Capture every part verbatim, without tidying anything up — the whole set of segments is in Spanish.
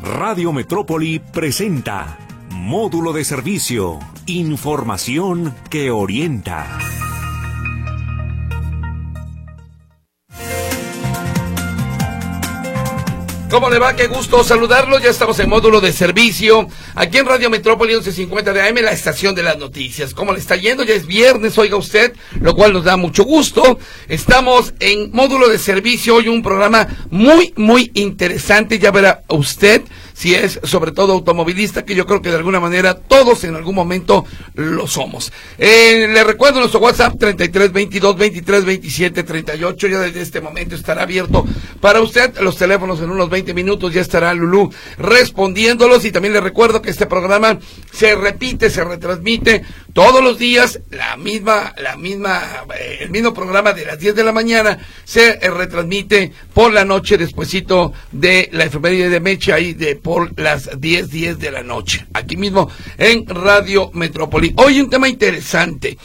Radio Metrópoli presenta Módulo de Servicio, información que orienta. ¿Cómo le va? Qué gusto saludarlo. Ya estamos en Módulo de Servicio, aquí en Radio Metrópoli once cincuenta de A M, la estación de las noticias. ¿Cómo le está yendo? Ya es viernes, oiga usted, lo cual nos da mucho gusto. Estamos en Módulo de Servicio, hoy un programa muy, muy interesante. Ya verá usted si es sobre todo automovilista, que yo creo que de alguna manera todos en algún momento lo somos. Eh, le recuerdo nuestro WhatsApp treinta y tres veintidós veintitrés veintisiete treinta y ocho, ya desde este momento estará abierto para usted. Los teléfonos en unos veinte minutos ya estará Lulú respondiéndolos, y también le recuerdo que este programa se repite, se retransmite todos los días, la misma, la misma, eh, el mismo programa de las diez de la mañana se eh, retransmite por la noche despuesito de la efeméride de Meche, ahí de por las diez, diez de la noche, aquí mismo en Radio Metrópoli. Hoy un tema interesante: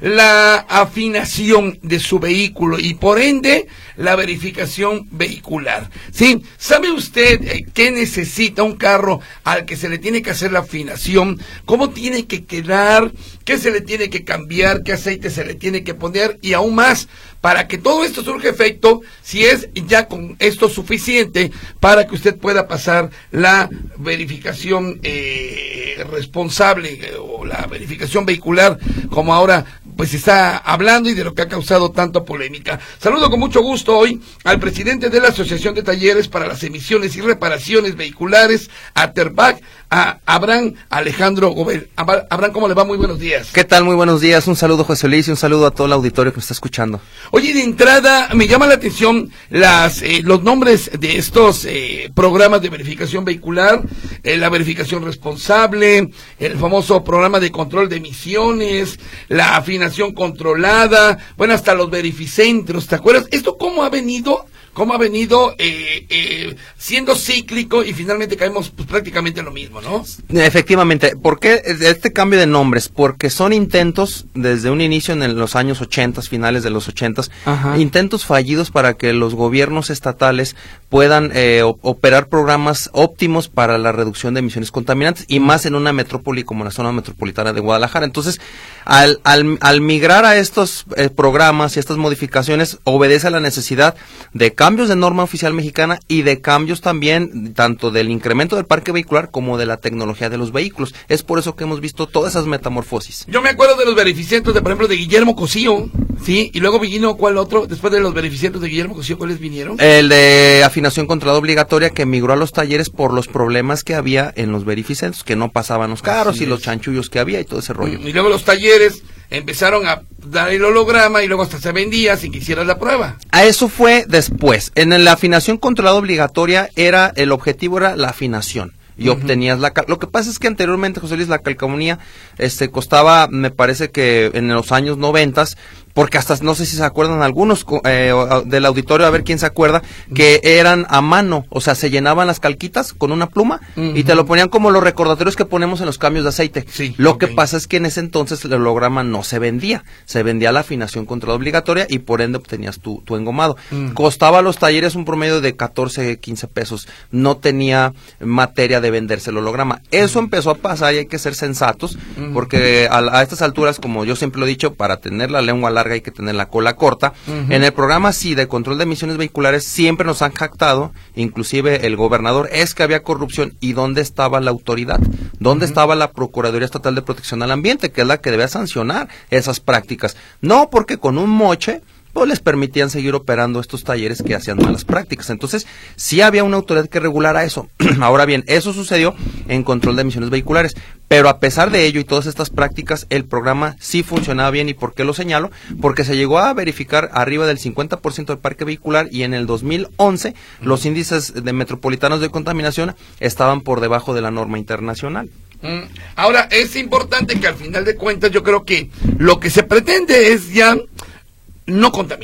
la afinación de su vehículo y por ende la verificación vehicular. ¿Sí? ¿Sabe usted eh, qué necesita un carro al que se le tiene que hacer la afinación? ¿Cómo tiene que quedar? ¿Qué se le tiene que cambiar? ¿Qué aceite se le tiene que poner? Y aún más, para que todo esto surja efecto, si es ya con esto suficiente para que usted pueda pasar la verificación eh, responsable eh, o la verificación vehicular, como ahora pues se está hablando y de lo que ha causado tanta polémica. Saludo con mucho gusto hoy al presidente de la Asociación de Talleres para las Emisiones y Reparaciones Vehiculares, ATERVAC, a Abraham Alejandro Gobel. Abraham, ¿cómo le va? Muy buenos días. ¿Qué tal? Muy buenos días. Un saludo, José Luis, y un saludo a todo el auditorio que nos está escuchando. Oye, de entrada, me llama la atención las eh, los nombres de estos eh, programas de verificación vehicular, eh, la verificación responsable, el famoso programa de control de emisiones, la afinación controlada, bueno, hasta los verificentros, ¿te acuerdas? ¿Esto cómo ha venido? ¿Cómo ha venido eh, eh, siendo cíclico y finalmente caemos pues, prácticamente en lo mismo, ¿no? Efectivamente. ¿Por qué este cambio de nombres? Porque son intentos desde un inicio en los años ochenta, finales de los ochentas, intentos fallidos para que los gobiernos estatales puedan eh, operar programas óptimos para la reducción de emisiones contaminantes, y más en una metrópoli como la zona metropolitana de Guadalajara. Entonces, al, al, al migrar a estos eh, programas y estas modificaciones, obedece a la necesidad de cambios de norma oficial mexicana y de cambios también tanto del incremento del parque vehicular como de la tecnología de los vehículos. Es por eso que hemos visto todas esas metamorfosis. Yo me acuerdo de los verificentros, de, por ejemplo, de Guillermo Cosío, ¿sí? Y luego vino, ¿cuál otro? Después de los verificentros de Guillermo Cosío, ¿cuáles vinieron? El de afinación controlada obligatoria, que migró a los talleres por los problemas que había en los verificentros, que no pasaban los carros. Así y es. Los chanchullos que había y todo ese rollo. Y luego los talleres empezaron a dar el holograma y luego hasta se vendía sin que hicieras la prueba. A eso fue después. En la afinación controlada obligatoria era el objetivo era la afinación y uh-huh. obtenías la cal lo que pasa es que anteriormente, José Luis, la calcomanía este costaba, me parece que en los años noventas, porque hasta no sé si se acuerdan algunos eh, del auditorio, a ver quién se acuerda, que eran a mano, o sea, se llenaban las calquitas con una pluma uh-huh. y te lo ponían como los recordatorios que ponemos en los cambios de aceite. Sí, lo okay. que pasa es que en ese entonces el holograma no se vendía, se vendía la afinación controlada obligatoria y por ende obtenías tu, tu engomado. Uh-huh. Costaba a los talleres un promedio de catorce, quince pesos, no tenía materia de venderse el holograma. Eso uh-huh. empezó a pasar y hay que ser sensatos, uh-huh. porque a, a estas alturas, como yo siempre lo he dicho, para tener la lengua larga hay que tener la cola corta. Uh-huh. En el programa sí de control de emisiones vehiculares siempre nos han jactado, inclusive el gobernador, es que había corrupción. ¿Y dónde estaba la autoridad? ¿Dónde uh-huh. estaba la Procuraduría Estatal de Protección al Ambiente, que es la que debía sancionar esas prácticas? No, porque con un moche pues les permitían seguir operando estos talleres que hacían malas prácticas. Entonces, sí había una autoridad que regulara eso. Ahora bien, eso sucedió en control de emisiones vehiculares, pero a pesar de ello y todas estas prácticas, el programa sí funcionaba bien. ¿Y por qué lo señalo? Porque se llegó a verificar arriba del cincuenta por ciento del parque vehicular y en el dos mil once uh-huh. los índices de metropolitanos de contaminación estaban por debajo de la norma internacional. Mm. Ahora, es importante que al final de cuentas yo creo que lo que se pretende es ya no contaminar.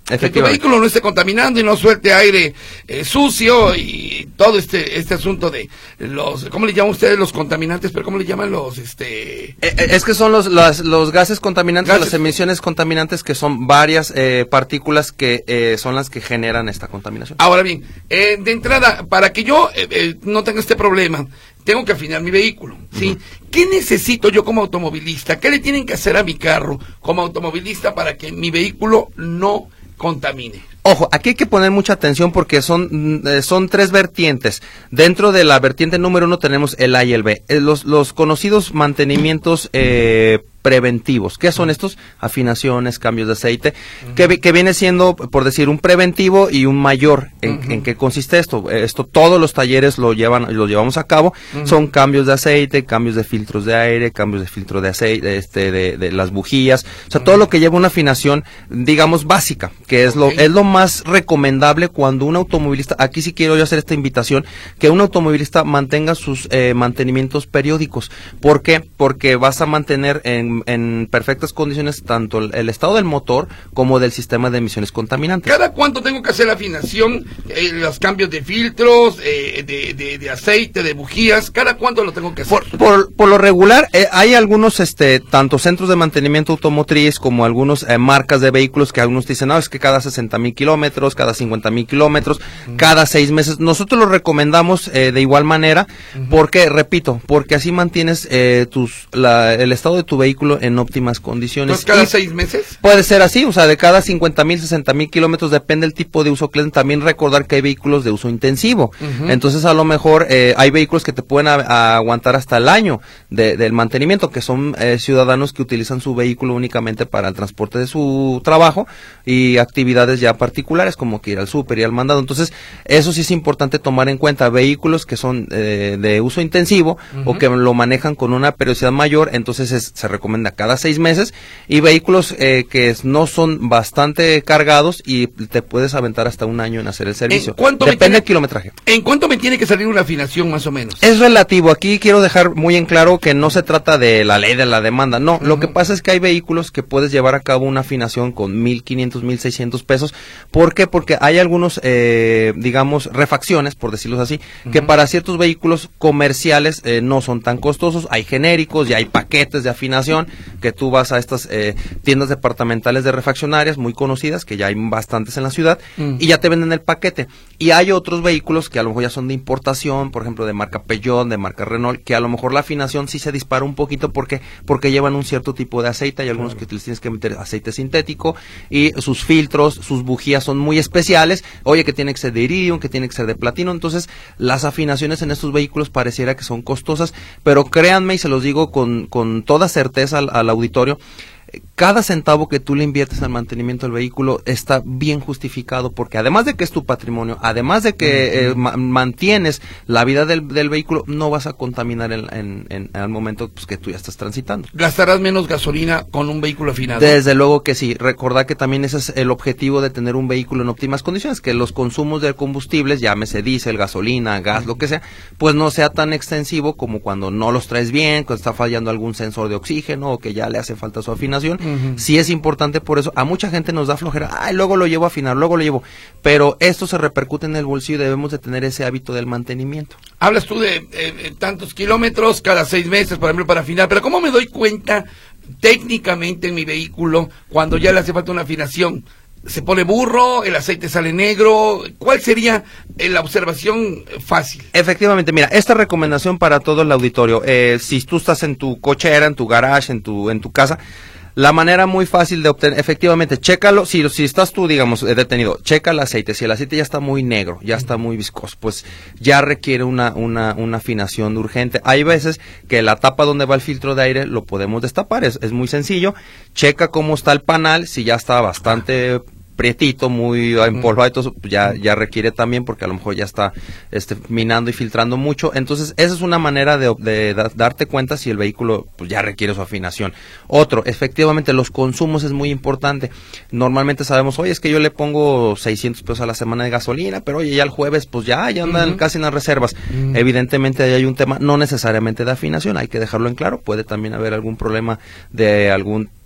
Que tu vehículo no esté contaminando y no suelte aire eh, sucio y todo este este asunto de los, ¿cómo le llaman ustedes los contaminantes? Pero ¿cómo le llaman los, este? Eh, es que son los los, los gases contaminantes, gases. las emisiones contaminantes, que son varias eh, partículas que eh, son las que generan esta contaminación. Ahora bien, eh, de entrada, para que yo eh, eh, no tenga este problema, tengo que afinar mi vehículo, ¿sí? Uh-huh. ¿Qué necesito yo como automovilista? ¿Qué le tienen que hacer a mi carro como automovilista para que mi vehículo no contamine? Ojo, aquí hay que poner mucha atención porque son, eh, son tres vertientes. Dentro de la vertiente número uno tenemos el A y el B. Eh, los, los conocidos mantenimientos eh, preventivos. ¿Qué son estos? Afinaciones, cambios de aceite, uh-huh. que, que viene siendo, por decir, un preventivo y un mayor. ¿En, uh-huh. ¿en qué consiste esto? Esto todos los talleres lo llevan, lo llevamos a cabo. Uh-huh. Son cambios de aceite, cambios de filtros de aire, cambios de filtro de aceite, este, de, de las bujías. O sea, uh-huh. todo lo que lleva una afinación, digamos, básica, que es okay. lo, es lo más recomendable cuando un automovilista, aquí sí quiero yo hacer esta invitación, que un automovilista mantenga sus eh, mantenimientos periódicos. ¿Por qué? Porque vas a mantener en en perfectas condiciones tanto el, el estado del motor como del sistema de emisiones contaminantes. ¿Cada cuánto tengo que hacer la afinación, eh, los cambios de filtros, eh, de, de, de aceite, de bujías? ¿Cada cuánto lo tengo que hacer? Por, por, por lo regular, eh, hay algunos, este, tanto centros de mantenimiento automotriz como algunos eh, marcas de vehículos que algunos dicen, no, es que cada sesenta mil kilómetros, cada cincuenta mil kilómetros, uh-huh. cada seis meses. Nosotros lo recomendamos eh, de igual manera, uh-huh. porque, repito, porque así mantienes eh, tus, la, el estado de tu vehículo en óptimas condiciones. ¿Pues cada y seis meses? Puede ser así, o sea, de cada cincuenta mil, sesenta mil kilómetros, depende del tipo de uso que le den. También recordar que hay vehículos de uso intensivo. Uh-huh. Entonces, a lo mejor eh, hay vehículos que te pueden a, a aguantar hasta el año de, del mantenimiento, que son eh, ciudadanos que utilizan su vehículo únicamente para el transporte de su trabajo y actividades ya particulares, como que ir al súper y al mandado. Entonces, eso sí es importante tomar en cuenta. Vehículos que son eh, de uso intensivo, uh-huh. o que lo manejan con una periodicidad mayor, entonces es, se recomienda cada seis meses, y vehículos eh, que no son bastante cargados y te puedes aventar hasta un año en hacer el servicio. Depende tiene, del kilometraje. ¿En cuánto me tiene que salir una afinación más o menos? Es relativo. Aquí quiero dejar muy en claro que no se trata de la ley de la demanda. No, uh-huh. lo que pasa es que hay vehículos que puedes llevar a cabo una afinación con mil quinientos, mil seiscientos pesos. ¿Por qué? Porque hay algunos, eh, digamos, refacciones, por decirlo así, uh-huh. que para ciertos vehículos comerciales eh, no son tan costosos. Hay genéricos y hay paquetes de afinación que tú vas a estas eh, tiendas departamentales de refaccionarias muy conocidas, que ya hay bastantes en la ciudad, mm. y ya te venden el paquete. Y hay otros vehículos que a lo mejor ya son de importación, por ejemplo, de marca Peugeot, de marca Renault, que a lo mejor la afinación sí se dispara un poquito porque porque llevan un cierto tipo de aceite. Hay algunos claro. que les tienes que meter aceite sintético, y sus filtros, sus bujías son muy especiales. Oye, que tiene que ser de iridium, que tiene que ser de platino. Entonces, las afinaciones en estos vehículos pareciera que son costosas, pero créanme, y se los digo con, con toda certeza al, al auditorio, cada centavo que tú le inviertes al mantenimiento del vehículo está bien justificado, porque además de que es tu patrimonio, además de que eh, ma mantienes la vida del, del vehículo, no vas a contaminar en, en, en, en el momento pues, que tú ya estás transitando. ¿Gastarás menos gasolina con un vehículo afinado? Desde luego que sí. Recordad que también ese es el objetivo de tener un vehículo en óptimas condiciones, que los consumos de combustibles, llámese diésel, gasolina, gas, uh-huh. lo que sea, pues no sea tan extensivo como cuando no los traes bien, cuando está fallando algún sensor de oxígeno o que ya le hace falta su afinación. Uh-huh. Sí es importante, por eso a mucha gente nos da flojera, ay, luego lo llevo a afinar, luego lo llevo, pero esto se repercute en el bolsillo y debemos de tener ese hábito del mantenimiento. Hablas tú de eh, tantos kilómetros cada seis meses, por ejemplo, para afinar, pero ¿cómo me doy cuenta técnicamente en mi vehículo cuando ya le hace falta una afinación? ¿Se pone burro? ¿El aceite sale negro? ¿Cuál sería eh, la observación fácil? Efectivamente, mira, esta recomendación para todo el auditorio, eh, si tú estás en tu cochera, en tu garage, en tu, en tu casa, la manera muy fácil de obtener, efectivamente, chécalo, si, si estás tú, digamos, detenido, checa el aceite. Si el aceite ya está muy negro, ya está muy viscoso, pues ya requiere una, una, una afinación urgente. Hay veces que la tapa donde va el filtro de aire lo podemos destapar, es, es muy sencillo. Checa cómo está el panal, si ya está bastante prietito, muy empolvado, entonces ya, ya requiere también, porque a lo mejor ya está este, minando y filtrando mucho. Entonces, esa es una manera de, de, de darte cuenta si el vehículo pues, ya requiere su afinación. Otro, efectivamente, los consumos es muy importante. Normalmente sabemos, oye, es que yo le pongo seiscientos pesos a la semana de gasolina, pero oye, ya el jueves, pues ya, ya andan uh-huh. casi en las reservas. Uh-huh. Evidentemente, ahí hay un tema, no necesariamente de afinación, hay que dejarlo en claro. Puede también haber algún problema de algún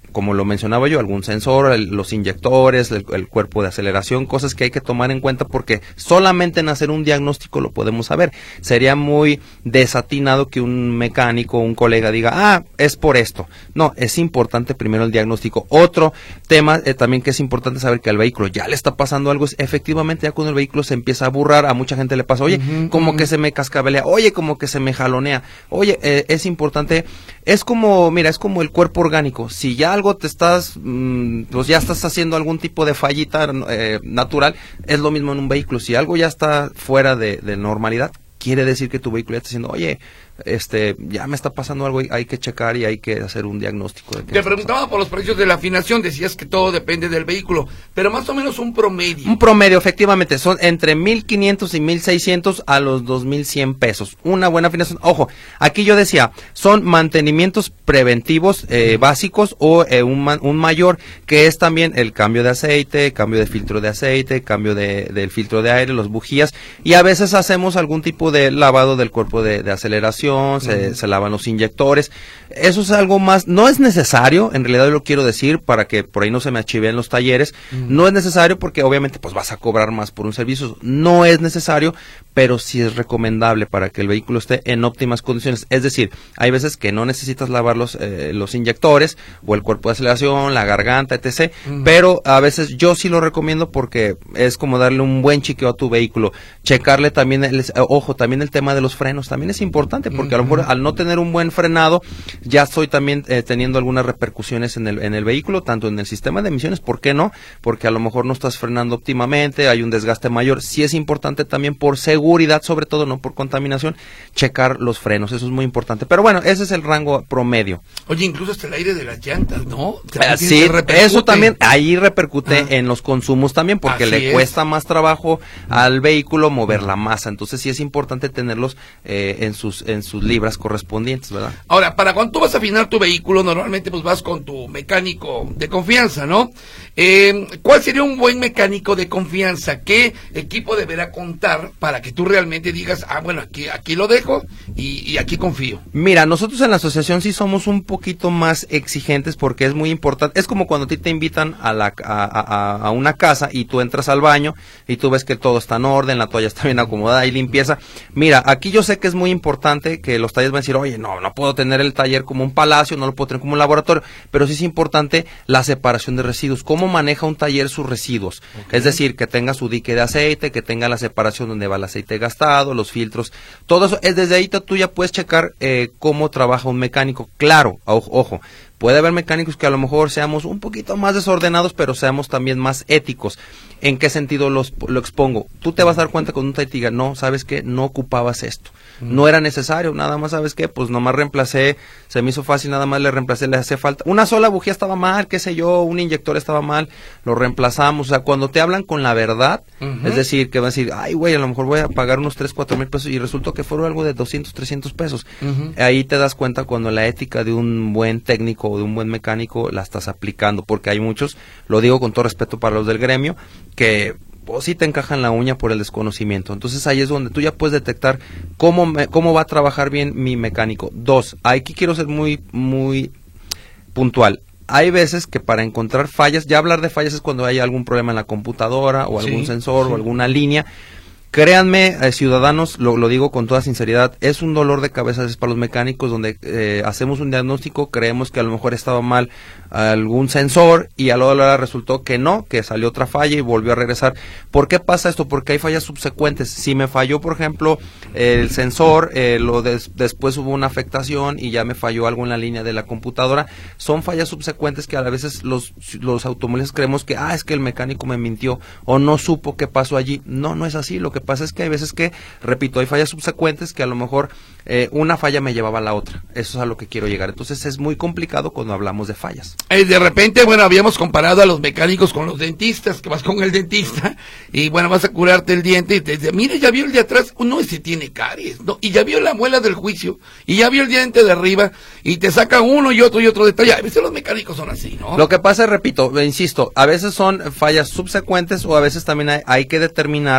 como lo mencionaba yo, algún sensor, el, los inyectores, el, el cuerpo de aceleración, cosas que hay que tomar en cuenta porque solamente en hacer un diagnóstico lo podemos saber. Sería muy desatinado que un mecánico, un colega diga, ah, es por esto. No, es importante primero el diagnóstico. Otro tema eh, también que es importante saber que al vehículo ya le está pasando algo es efectivamente ya cuando el vehículo se empieza a burrar, a mucha gente le pasa, oye, uh-huh, como uh-huh. que se me cascabelea, oye, como que se me jalonea, oye, eh, es importante, es como, mira, es como el cuerpo orgánico, si ya algo te estás, mmm, pues ya estás haciendo algún tipo de fallita eh, natural, es lo mismo en un vehículo, si algo ya está fuera de, de normalidad, quiere decir que tu vehículo ya está diciendo, oye, este, ya me está pasando algo, hay que checar y hay que hacer un diagnóstico. De Te preguntaba por los precios de la afinación, decías que todo depende del vehículo, pero más o menos un promedio. Un promedio, efectivamente, son entre mil quinientos y mil seiscientos a los dos mil cien pesos. Una buena afinación. Ojo, aquí yo decía, son mantenimientos preventivos eh, básicos o eh, un, un mayor, que es también el cambio de aceite, cambio de filtro de aceite, cambio de, del filtro de aire, los bujías, y a veces hacemos algún tipo de lavado del cuerpo de, de aceleración. Se, uh-huh. se lavan los inyectores, eso es algo más, no es necesario, en realidad yo lo quiero decir para que por ahí no se me achiveen los talleres, uh-huh. no es necesario porque obviamente pues vas a cobrar más por un servicio, no es necesario, pero sí es recomendable para que el vehículo esté en óptimas condiciones, es decir, hay veces que no necesitas lavar los, eh, los inyectores o el cuerpo de aceleración, la garganta, etcétera, uh-huh. pero a veces yo sí lo recomiendo porque es como darle un buen chequeo a tu vehículo, checarle también, el, ojo, también el tema de los frenos, también es importante porque a lo mejor al no tener un buen frenado ya estoy también eh, teniendo algunas repercusiones en el en el vehículo, tanto en el sistema de emisiones, ¿por qué no? Porque a lo mejor no estás frenando óptimamente, hay un desgaste mayor, sí es importante también por seguridad, sobre todo no por contaminación, checar los frenos, eso es muy importante, pero bueno, ese es el rango promedio. Oye, incluso hasta el aire de las llantas, ¿no? Eh, sí, eso también, ahí repercute ah. en los consumos también, porque Así le es. cuesta más trabajo al vehículo mover la masa, entonces sí es importante tenerlos eh, en sus en sus libras correspondientes, ¿verdad? Ahora, para cuando tú vas a afinar tu vehículo, normalmente pues vas con tu mecánico de confianza, ¿no? Eh, ¿Cuál sería un buen mecánico de confianza? ¿Qué equipo deberá contar para que tú realmente digas, ah, bueno, aquí aquí lo dejo y, y aquí confío? Mira, nosotros en la asociación sí somos un poquito más exigentes porque es muy importante, es como cuando a ti te invitan a, la, a, a, a una casa y tú entras al baño y tú ves que todo está en orden, la toalla está bien acomodada y limpieza. Mira, aquí yo sé que es muy importante que los talleres van a decir, oye, no, no puedo tener el taller como un palacio, no lo puedo tener como un laboratorio, pero sí es importante la separación de residuos, cómo maneja un taller sus residuos, okay. Es decir, que tenga su dique de aceite, que tenga la separación donde va el aceite gastado, los filtros, todo eso, es desde ahí tú ya puedes checar eh, cómo trabaja un mecánico, claro, ojo, ojo. Puede haber mecánicos que a lo mejor seamos un poquito más desordenados, pero seamos también más éticos. ¿En qué sentido los, lo expongo? Tú te vas a dar cuenta con un taller y diga, no, ¿sabes qué? No ocupabas esto. No era necesario, nada más, ¿sabes qué? Pues nomás reemplacé, se me hizo fácil, nada más le reemplacé, le hacía falta. Una sola bujía estaba mal, qué sé yo, un inyector estaba mal, lo reemplazamos. O sea, cuando te hablan con la verdad, uh-huh. es decir, que van a decir, ay, güey, a lo mejor voy a pagar unos tres, cuatro mil pesos y resultó que fueron algo de doscientos, trescientos pesos. Uh-huh. Ahí te das cuenta cuando la ética de un buen técnico o de un buen mecánico la estás aplicando, porque hay muchos, lo digo con todo respeto para los del gremio, que o sí te encajan la uña por el desconocimiento. Entonces ahí es donde tú ya puedes detectar cómo me, cómo va a trabajar bien mi mecánico. Dos, aquí quiero ser muy muy puntual. Hay veces que para encontrar fallas, ya hablar de fallas es cuando hay algún problema en la computadora o algún sí, sensor sí. o alguna línea. Créanme, eh, ciudadanos, lo, lo digo con toda sinceridad, es un dolor de cabeza es para los mecánicos donde eh, hacemos un diagnóstico, creemos que a lo mejor estaba mal algún sensor y a la hora resultó que no, que salió otra falla y volvió a regresar. ¿Por qué pasa esto? Porque hay fallas subsecuentes. Si me falló, por ejemplo, el sensor, eh, lo des, después hubo una afectación y ya me falló algo en la línea de la computadora, son fallas subsecuentes que a veces los, los automóviles creemos que, ah, es que el mecánico me mintió o no supo qué pasó allí. No, no es así. Lo que pasa es que hay veces que, repito, hay fallas subsecuentes que a lo mejor eh, una falla me llevaba a la otra. Eso es a lo que quiero llegar. Entonces es muy complicado cuando hablamos de fallas. Eh, de repente, bueno, habíamos comparado a los mecánicos con los dentistas, que vas con el dentista y bueno, vas a curarte el diente y te dice, mire, ya vio el de atrás, no, ese tiene caries, ¿no? Y ya vio la muela del juicio, y ya vio el diente de arriba, y te sacan uno y otro y otro detalle. A veces los mecánicos son así, ¿no? Lo que pasa, repito, insisto, a veces son fallas subsecuentes o a veces también hay, hay que determinar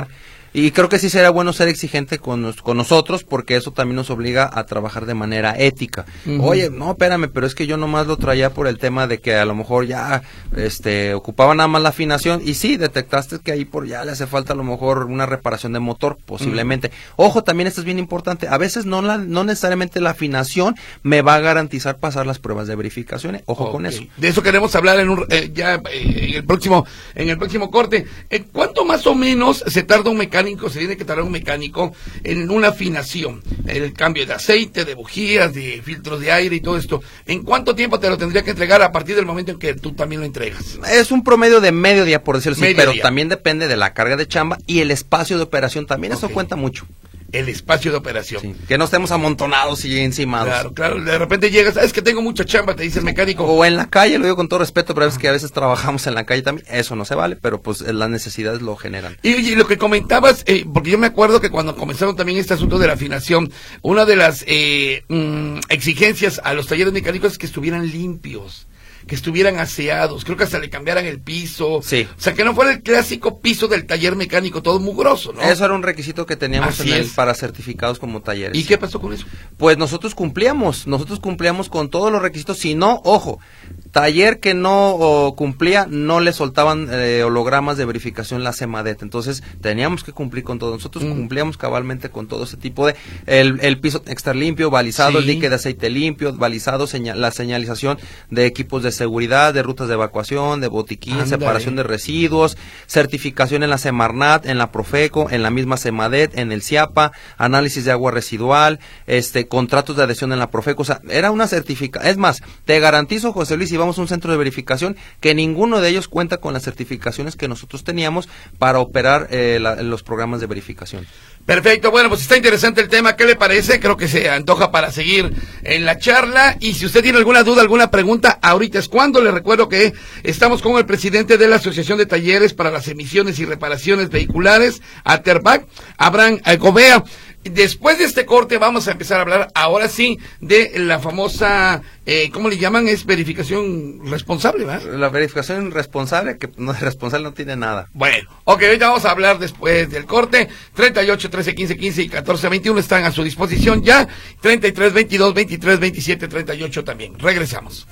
Y creo que sí sería bueno ser exigente con, nos, con nosotros, porque eso también nos obliga a trabajar de manera ética. Uh-huh. Oye, no, espérame, pero es que yo nomás lo traía por el tema de que a lo mejor ya este ocupaba nada más la afinación, y sí, detectaste que ahí por ya le hace falta a lo mejor una reparación de motor, posiblemente. Uh-huh. Ojo, también esto es bien importante, a veces no la, no necesariamente la afinación me va a garantizar pasar las pruebas de verificación, eh. ojo okay. con eso. De eso queremos hablar en un, eh, ya eh, en el próximo, en el próximo corte. Eh, ¿Cuánto más o menos se tarda un mecánico? Se tiene que tardar un mecánico en una afinación, el cambio de aceite, de bujías, de filtros de aire y todo esto. ¿En cuánto tiempo te lo tendría que entregar a partir del momento en que tú también lo entregas? Es un promedio de medio día, por decirlo así, medio pero día. También depende de la carga de chamba y el espacio de operación también, okay. Eso cuenta mucho. El espacio de operación. Sí, que no estemos amontonados y encimados. Claro, claro, de repente llegas, es que tengo mucha chamba, te dice el mecánico. O en la calle, lo digo con todo respeto, pero es que a veces trabajamos en la calle también, eso no se vale, pero pues las necesidades lo generan. Y, y lo que comentabas, eh, porque yo me acuerdo que cuando comenzaron también este asunto de la afinación, una de las eh, mm, exigencias a los talleres mecánicos es que estuvieran limpios, que estuvieran aseados, creo que hasta le cambiaran el piso, sí. O sea, que no fuera el clásico piso del taller mecánico, todo mugroso, ¿no? Eso era un requisito que teníamos en el, es. para certificados como talleres. ¿Y qué pasó con eso? Pues nosotros cumplíamos, nosotros cumplíamos con todos los requisitos, si no, ojo, taller que no oh, cumplía, no le soltaban eh, hologramas de verificación la CEMADET, entonces teníamos que cumplir con todo, nosotros mm. cumplíamos cabalmente con todo ese tipo de, el, el piso extra limpio, balizado, sí. El dique de aceite limpio, balizado, señal, la señalización de equipos de seguridad, de rutas de evacuación, de botiquín, Andale. separación de residuos, certificación en la Semarnat, en la Profeco, en la misma CEMADET, en el CIAPA, análisis de agua residual, este, contratos de adhesión en la Profeco, o sea, era una certificación, es más, te garantizo, José Luis, si vamos a un centro de verificación, que ninguno de ellos cuenta con las certificaciones que nosotros teníamos para operar eh, la, los programas de verificación. Perfecto, bueno, pues está interesante el tema, ¿qué le parece? Creo que se antoja para seguir en la charla, y si usted tiene alguna duda, alguna pregunta, ahorita es cuando. Le recuerdo que estamos con el presidente de la Asociación de Talleres para las Emisiones y Reparaciones Vehiculares, ATERVAC, Abraham Gobea. Después de este corte vamos a empezar a hablar ahora sí de la famosa, eh, ¿cómo le llaman? Es verificación responsable, ¿verdad? La verificación responsable, que no responsable no tiene nada. Bueno, ok, ahorita vamos a hablar después del corte. Treinta y ocho, trece, quince, quince y catorce, veintiuno están a su disposición ya. Treinta y tres, veintidós, veintitrés, veintisiete, treinta y ocho también. Regresamos.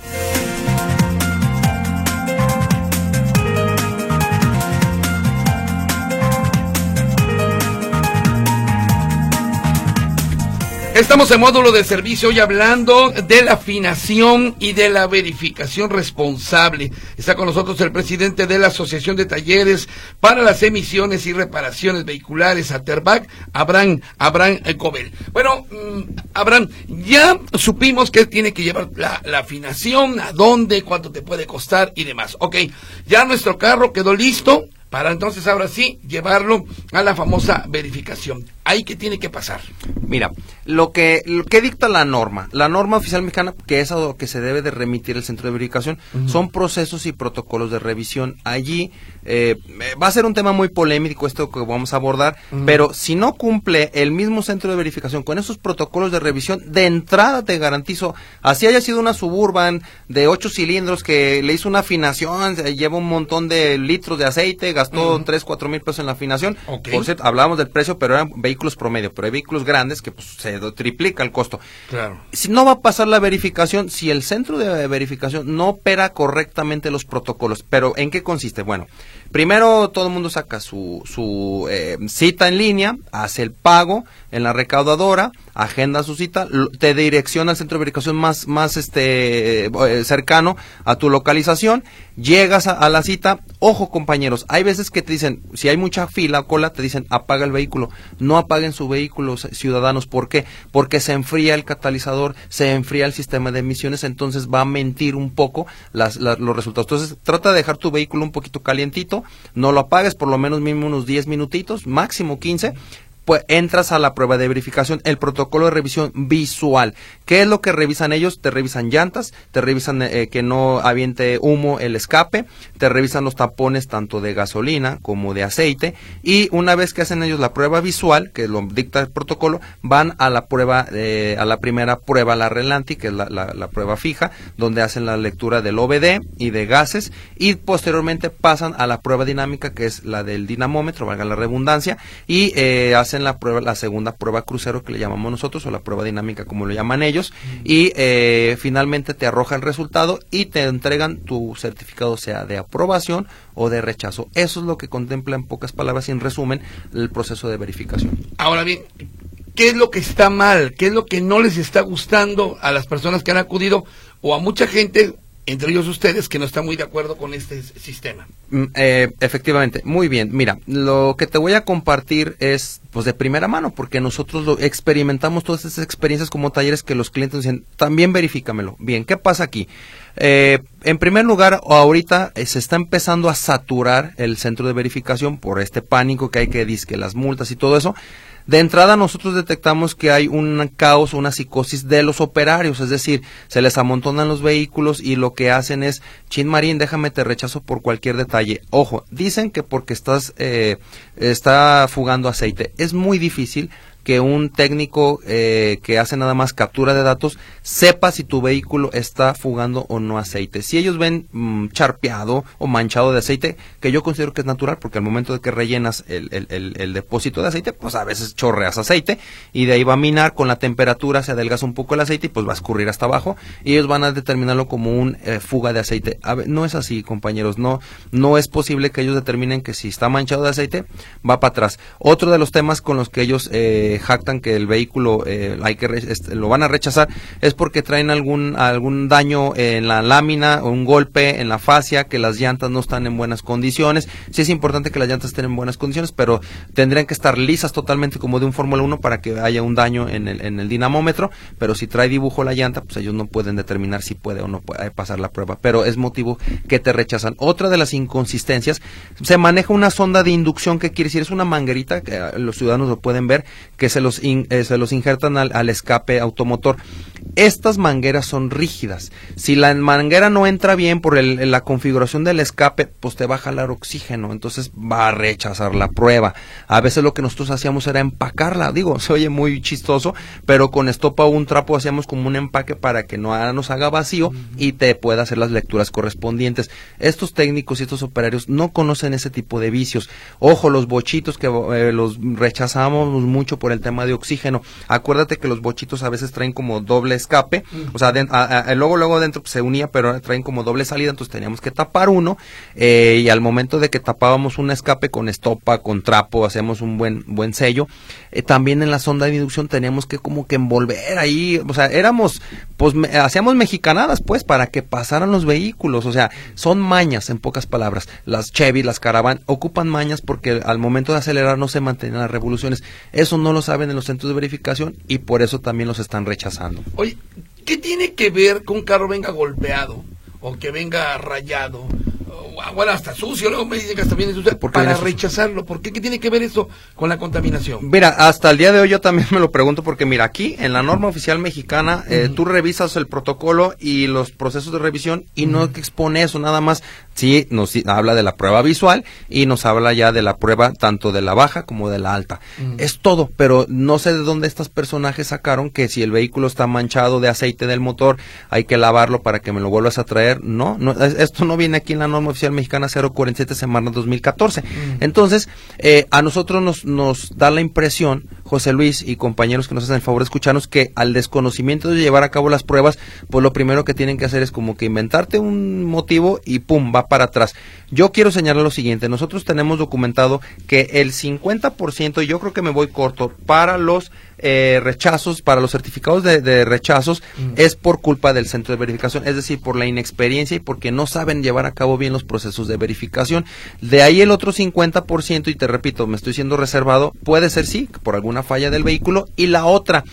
Estamos en módulo de servicio hoy hablando de la afinación y de la verificación responsable. Está con nosotros el presidente de la Asociación de Talleres para las Emisiones y Reparaciones Vehiculares, ATERVAC, Abraham, Abraham Gobea. Bueno, Abraham, ya supimos que tiene que llevar la, la afinación, a dónde, cuánto te puede costar y demás. Ok, ya nuestro carro quedó listo para entonces ahora sí llevarlo a la famosa verificación. ¿Ahí qué tiene que pasar? Mira, lo que, lo que dicta la norma, la norma oficial mexicana, que es a lo que se debe de remitir el centro de verificación, uh-huh. son procesos y protocolos de revisión. Allí eh, va a ser un tema muy polémico esto que vamos a abordar, uh-huh. pero si no cumple el mismo centro de verificación con esos protocolos de revisión, de entrada te garantizo, así haya sido una Suburban de ocho cilindros que le hizo una afinación, lleva un montón de litros de aceite, gastó uh-huh. tres, cuatro mil pesos en la afinación. Okay. Por cierto, hablábamos del precio, pero eran vehículos promedio, pero hay vehículos grandes que pues, se triplica el costo. Claro. Si no va a pasar la verificación, si el centro de verificación no opera correctamente los protocolos, pero ¿en qué consiste? Bueno, primero todo el mundo saca su, su eh, cita en línea, hace el pago en la recaudadora, agenda su cita, te direcciona al centro de verificación más, más este eh, cercano a tu localización, llegas a, a la cita. Ojo, compañeros, hay veces que te dicen, si hay mucha fila o cola, te dicen apaga el vehículo. No apaguen su vehículo, ciudadanos. ¿Por qué? Porque se enfría el catalizador, se enfría el sistema de emisiones, entonces va a mentir un poco las, las, los resultados. Entonces trata de dejar tu vehículo un poquito calientito, no lo apagues, por lo menos mínimo unos diez minutitos, máximo quince. pues entras a la prueba de verificación, el protocolo de revisión visual. ¿Qué es lo que revisan ellos? Te revisan llantas, te revisan eh, que no aviente humo el escape, te revisan los tapones tanto de gasolina como de aceite, y una vez que hacen ellos la prueba visual, que lo dicta el protocolo, van a la prueba, eh, a la primera prueba, la Relanti, que es la, la, la prueba fija, donde hacen la lectura del O B D y de gases, y posteriormente pasan a la prueba dinámica, que es la del dinamómetro, valga la redundancia, y eh, hacen la prueba, la segunda prueba crucero, que le llamamos nosotros, o la prueba dinámica como lo llaman ellos, mm. y eh, finalmente te arroja el resultado y te entregan tu certificado, sea de aprobación o de rechazo. Eso es lo que contempla, en pocas palabras y en resumen, el proceso de verificación. Ahora bien, ¿qué es lo que está mal? ¿Qué es lo que no les está gustando a las personas que han acudido, o a mucha gente, entre ellos ustedes, que no están muy de acuerdo con este sistema? Mm, eh, efectivamente, muy bien. Mira, lo que te voy a compartir es pues de primera mano, porque nosotros lo experimentamos todas estas experiencias como talleres que los clientes dicen, también verifícamelo. Bien, ¿qué pasa aquí? Eh, en primer lugar, ahorita eh, se está empezando a saturar el centro de verificación por este pánico que hay, que disque las multas y todo eso. De entrada nosotros detectamos que hay un caos, una psicosis de los operarios, es decir, se les amontonan los vehículos y lo que hacen es, chin Marín, déjame te rechazo por cualquier detalle. Ojo, dicen que porque estás, eh, está fugando aceite. Es muy difícil que un técnico eh, que hace nada más captura de datos sepa si tu vehículo está fugando o no aceite. Si ellos ven mmm, charpeado o manchado de aceite, que yo considero que es natural, porque al momento de que rellenas el, el, el, el depósito de aceite, pues a veces chorreas aceite y de ahí va a minar con la temperatura, se adelgaza un poco el aceite y pues va a escurrir hasta abajo y ellos van a determinarlo como un eh, fuga de aceite. A ver, no es así, compañeros, no, no es posible que ellos determinen que si está manchado de aceite va para atrás. Otro de los temas con los que ellos eh, jactan que el vehículo eh, hay que este, lo van a rechazar es porque traen algún algún daño en la lámina o un golpe en la fascia, que las llantas no están en buenas condiciones. Sí es importante que las llantas estén en buenas condiciones, pero tendrían que estar lisas totalmente como de un Fórmula uno para que haya un daño en el, en el dinamómetro, pero si trae dibujo la llanta, pues ellos no pueden determinar si puede o no puede pasar la prueba, pero es motivo que te rechazan. Otra de las inconsistencias, se maneja una sonda de inducción, que quiere decir, es una manguerita, que los ciudadanos lo pueden ver, que se los, in, eh, se los injertan al, al escape automotor. Estas mangueras son rígidas. Si la manguera no entra bien por el, la configuración del escape, pues te va a jalar oxígeno, entonces va a rechazar la prueba. A veces lo que nosotros hacíamos era empacarla, digo, se oye muy chistoso, pero con estopa o un trapo hacíamos como un empaque para que no nos haga vacío y te pueda hacer las lecturas correspondientes. Estos técnicos y estos operarios no conocen ese tipo de vicios. Ojo, los bochitos que eh, los rechazamos mucho por el tema de oxígeno. Acuérdate que los bochitos a veces traen como doble escape, mm. o sea, de, a, a, luego luego adentro pues, se unía, pero traen como doble salida, entonces teníamos que tapar uno, eh, y al momento de que tapábamos un escape con estopa, con trapo, hacíamos un buen buen sello. Eh, también en la sonda de inducción teníamos que como que envolver ahí, o sea, éramos, pues me, hacíamos mexicanadas pues para que pasaran los vehículos, o sea, son mañas, en pocas palabras. Las Chevy, las Caravan ocupan mañas porque al momento de acelerar no se mantienen las revoluciones. Eso no lo saben en los centros de verificación y por eso también los están rechazando. Oye, ¿qué tiene que ver que un carro venga golpeado o que venga rayado? O, bueno, hasta sucio, luego me dicen que hasta viene sucio, para rechazarlo. ¿Por qué? ¿Qué tiene que ver eso con la contaminación? Mira, hasta el día de hoy yo también me lo pregunto, porque mira, aquí en la norma oficial mexicana, uh-huh. eh, tú revisas el protocolo y los procesos de revisión y uh-huh. no expone eso, nada más. Sí, nos sí, habla de la prueba visual y nos habla ya de la prueba tanto de la baja como de la alta. Uh-huh. Es todo, pero no sé de dónde estos personajes sacaron que si el vehículo está manchado de aceite del motor, hay que lavarlo para que me lo vuelvas a traer. No, no, esto no viene aquí en la norma oficial mexicana cero cuarenta y siete Semarnat dos mil catorce. Uh-huh. Entonces, eh, a nosotros nos, nos da la impresión, José Luis y compañeros que nos hacen el favor de escucharnos, que al desconocimiento de llevar a cabo las pruebas, pues lo primero que tienen que hacer es como que inventarte un motivo y pum, va para atrás. Yo quiero señalar lo siguiente, nosotros tenemos documentado que el cincuenta por ciento, y yo creo que me voy corto, para los eh, rechazos, para los certificados de, de rechazos, mm. es por culpa del centro de verificación, es decir, por la inexperiencia y porque no saben llevar a cabo bien los procesos de verificación. De ahí el otro cincuenta por ciento, y te repito, me estoy siendo reservado, puede ser sí, por alguna falla del vehículo, y la otra,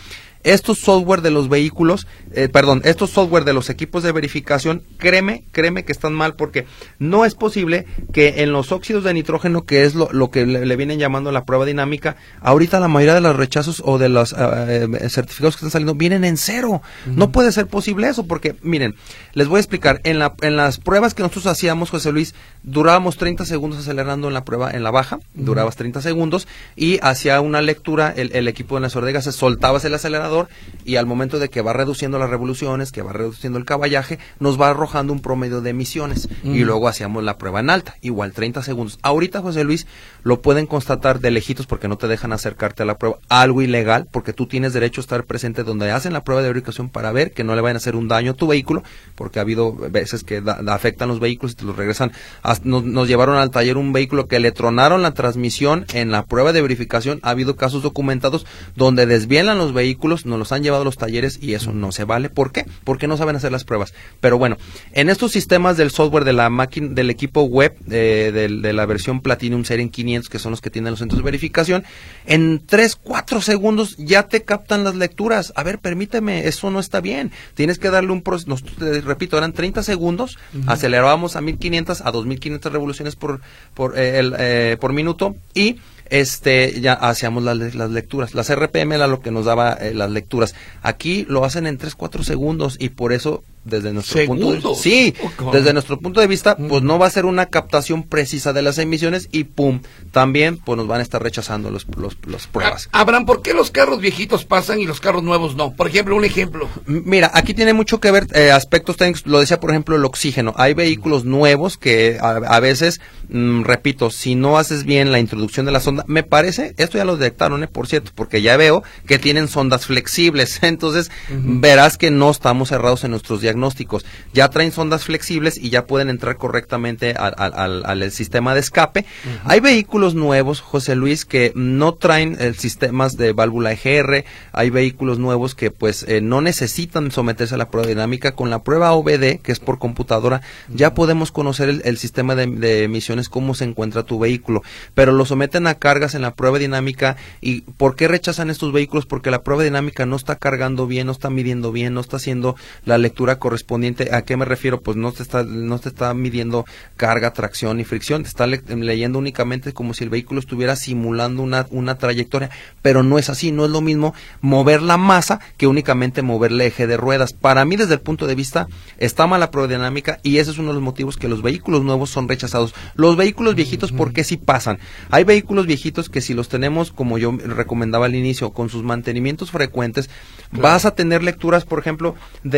estos software de los vehículos, eh, perdón, estos software de los equipos de verificación, créeme, créeme que están mal, porque no es posible que en los óxidos de nitrógeno, que es lo, lo que le, le vienen llamando la prueba dinámica, ahorita la mayoría de los rechazos o de los uh, certificados que están saliendo vienen en cero. Uh-huh. No puede ser posible eso, porque miren, les voy a explicar, en la en las pruebas que nosotros hacíamos, José Luis, durábamos treinta segundos acelerando en la prueba, en la baja, uh-huh. durabas treinta segundos, y hacía una lectura, el, el equipo de enlazador de gases, soltabas el acelerador, y al momento de que va reduciendo las revoluciones, que va reduciendo el caballaje, nos va arrojando un promedio de emisiones, uh-huh. y luego hacíamos la prueba en alta, igual treinta segundos. Ahorita, José Luis, lo pueden constatar de lejitos porque no te dejan acercarte a la prueba, algo ilegal, porque tú tienes derecho a estar presente donde hacen la prueba de verificación para ver que no le vayan a hacer un daño a tu vehículo, porque ha habido veces que da, da, afectan los vehículos y te los regresan. A, nos, nos llevaron al taller un vehículo que le tronaron la transmisión en la prueba de verificación. Ha habido casos documentados donde desvielan los vehículos, nos los han llevado a los talleres y eso no se vale. ¿Por qué? Porque no saben hacer las pruebas. Pero bueno, en estos sistemas del software de la máquina, del equipo web, eh, de, de la versión Platinum Serie quinientos, que son los que tienen los centros de verificación, en tres, cuatro segundos ya te captan las lecturas. A ver, permíteme, eso no está bien. Tienes que darle un proceso, nos, te repito, eran treinta segundos, uh-huh. acelerábamos a mil quinientas, a dos mil quinientas revoluciones por por eh, el, eh, por minuto, y este ya hacíamos las, las lecturas. Las R P M era lo que nos daba eh, las lecturas. Aquí lo hacen en tres, cuatro segundos, y por eso desde nuestro ¿Segundos? punto de, sí, oh, desde nuestro punto de vista, pues no va a ser una captación precisa de las emisiones, y pum, también pues nos van a estar rechazando los los, los pruebas. Abraham, ¿por qué los carros viejitos pasan y los carros nuevos no? Por ejemplo, un ejemplo. Mira, aquí tiene mucho que ver eh, aspectos técnicos. Lo decía, por ejemplo, el oxígeno. Hay vehículos nuevos que a, a veces, mmm, repito, si no haces bien la introducción de la sonda, me parece, esto ya lo detectaron, eh, por cierto, porque ya veo que tienen sondas flexibles, entonces uh-huh. verás que no estamos cerrados en nuestros diagnósticos. Ya traen sondas flexibles y ya pueden entrar correctamente al, al, al, al sistema de escape. Uh-huh. Hay vehículos nuevos, José Luis, que no traen el sistemas de válvula E G R. Hay vehículos nuevos que pues eh, no necesitan someterse a la prueba dinámica. Con la prueba O B D, que es por computadora, uh-huh. ya podemos conocer el, el sistema de, de emisiones, cómo se encuentra tu vehículo, pero lo someten a cargas en la prueba dinámica. ¿Y por qué rechazan estos vehículos? Porque la prueba dinámica no está cargando bien, no está midiendo bien, no está haciendo la lectura correspondiente. ¿A qué me refiero? Pues no te está no te está midiendo carga, tracción y fricción, te está le, leyendo únicamente como si el vehículo estuviera simulando una, una trayectoria, pero no es así. No es lo mismo mover la masa que únicamente mover el eje de ruedas. Para mí, desde el punto de vista, está mal la prueba dinámica, y ese es uno de los motivos que los vehículos nuevos son rechazados. Los vehículos viejitos, ¿por qué sí pasan? Hay vehículos viejitos que si los tenemos, como yo recomendaba al inicio, con sus mantenimientos frecuentes, claro. vas a tener lecturas, por ejemplo,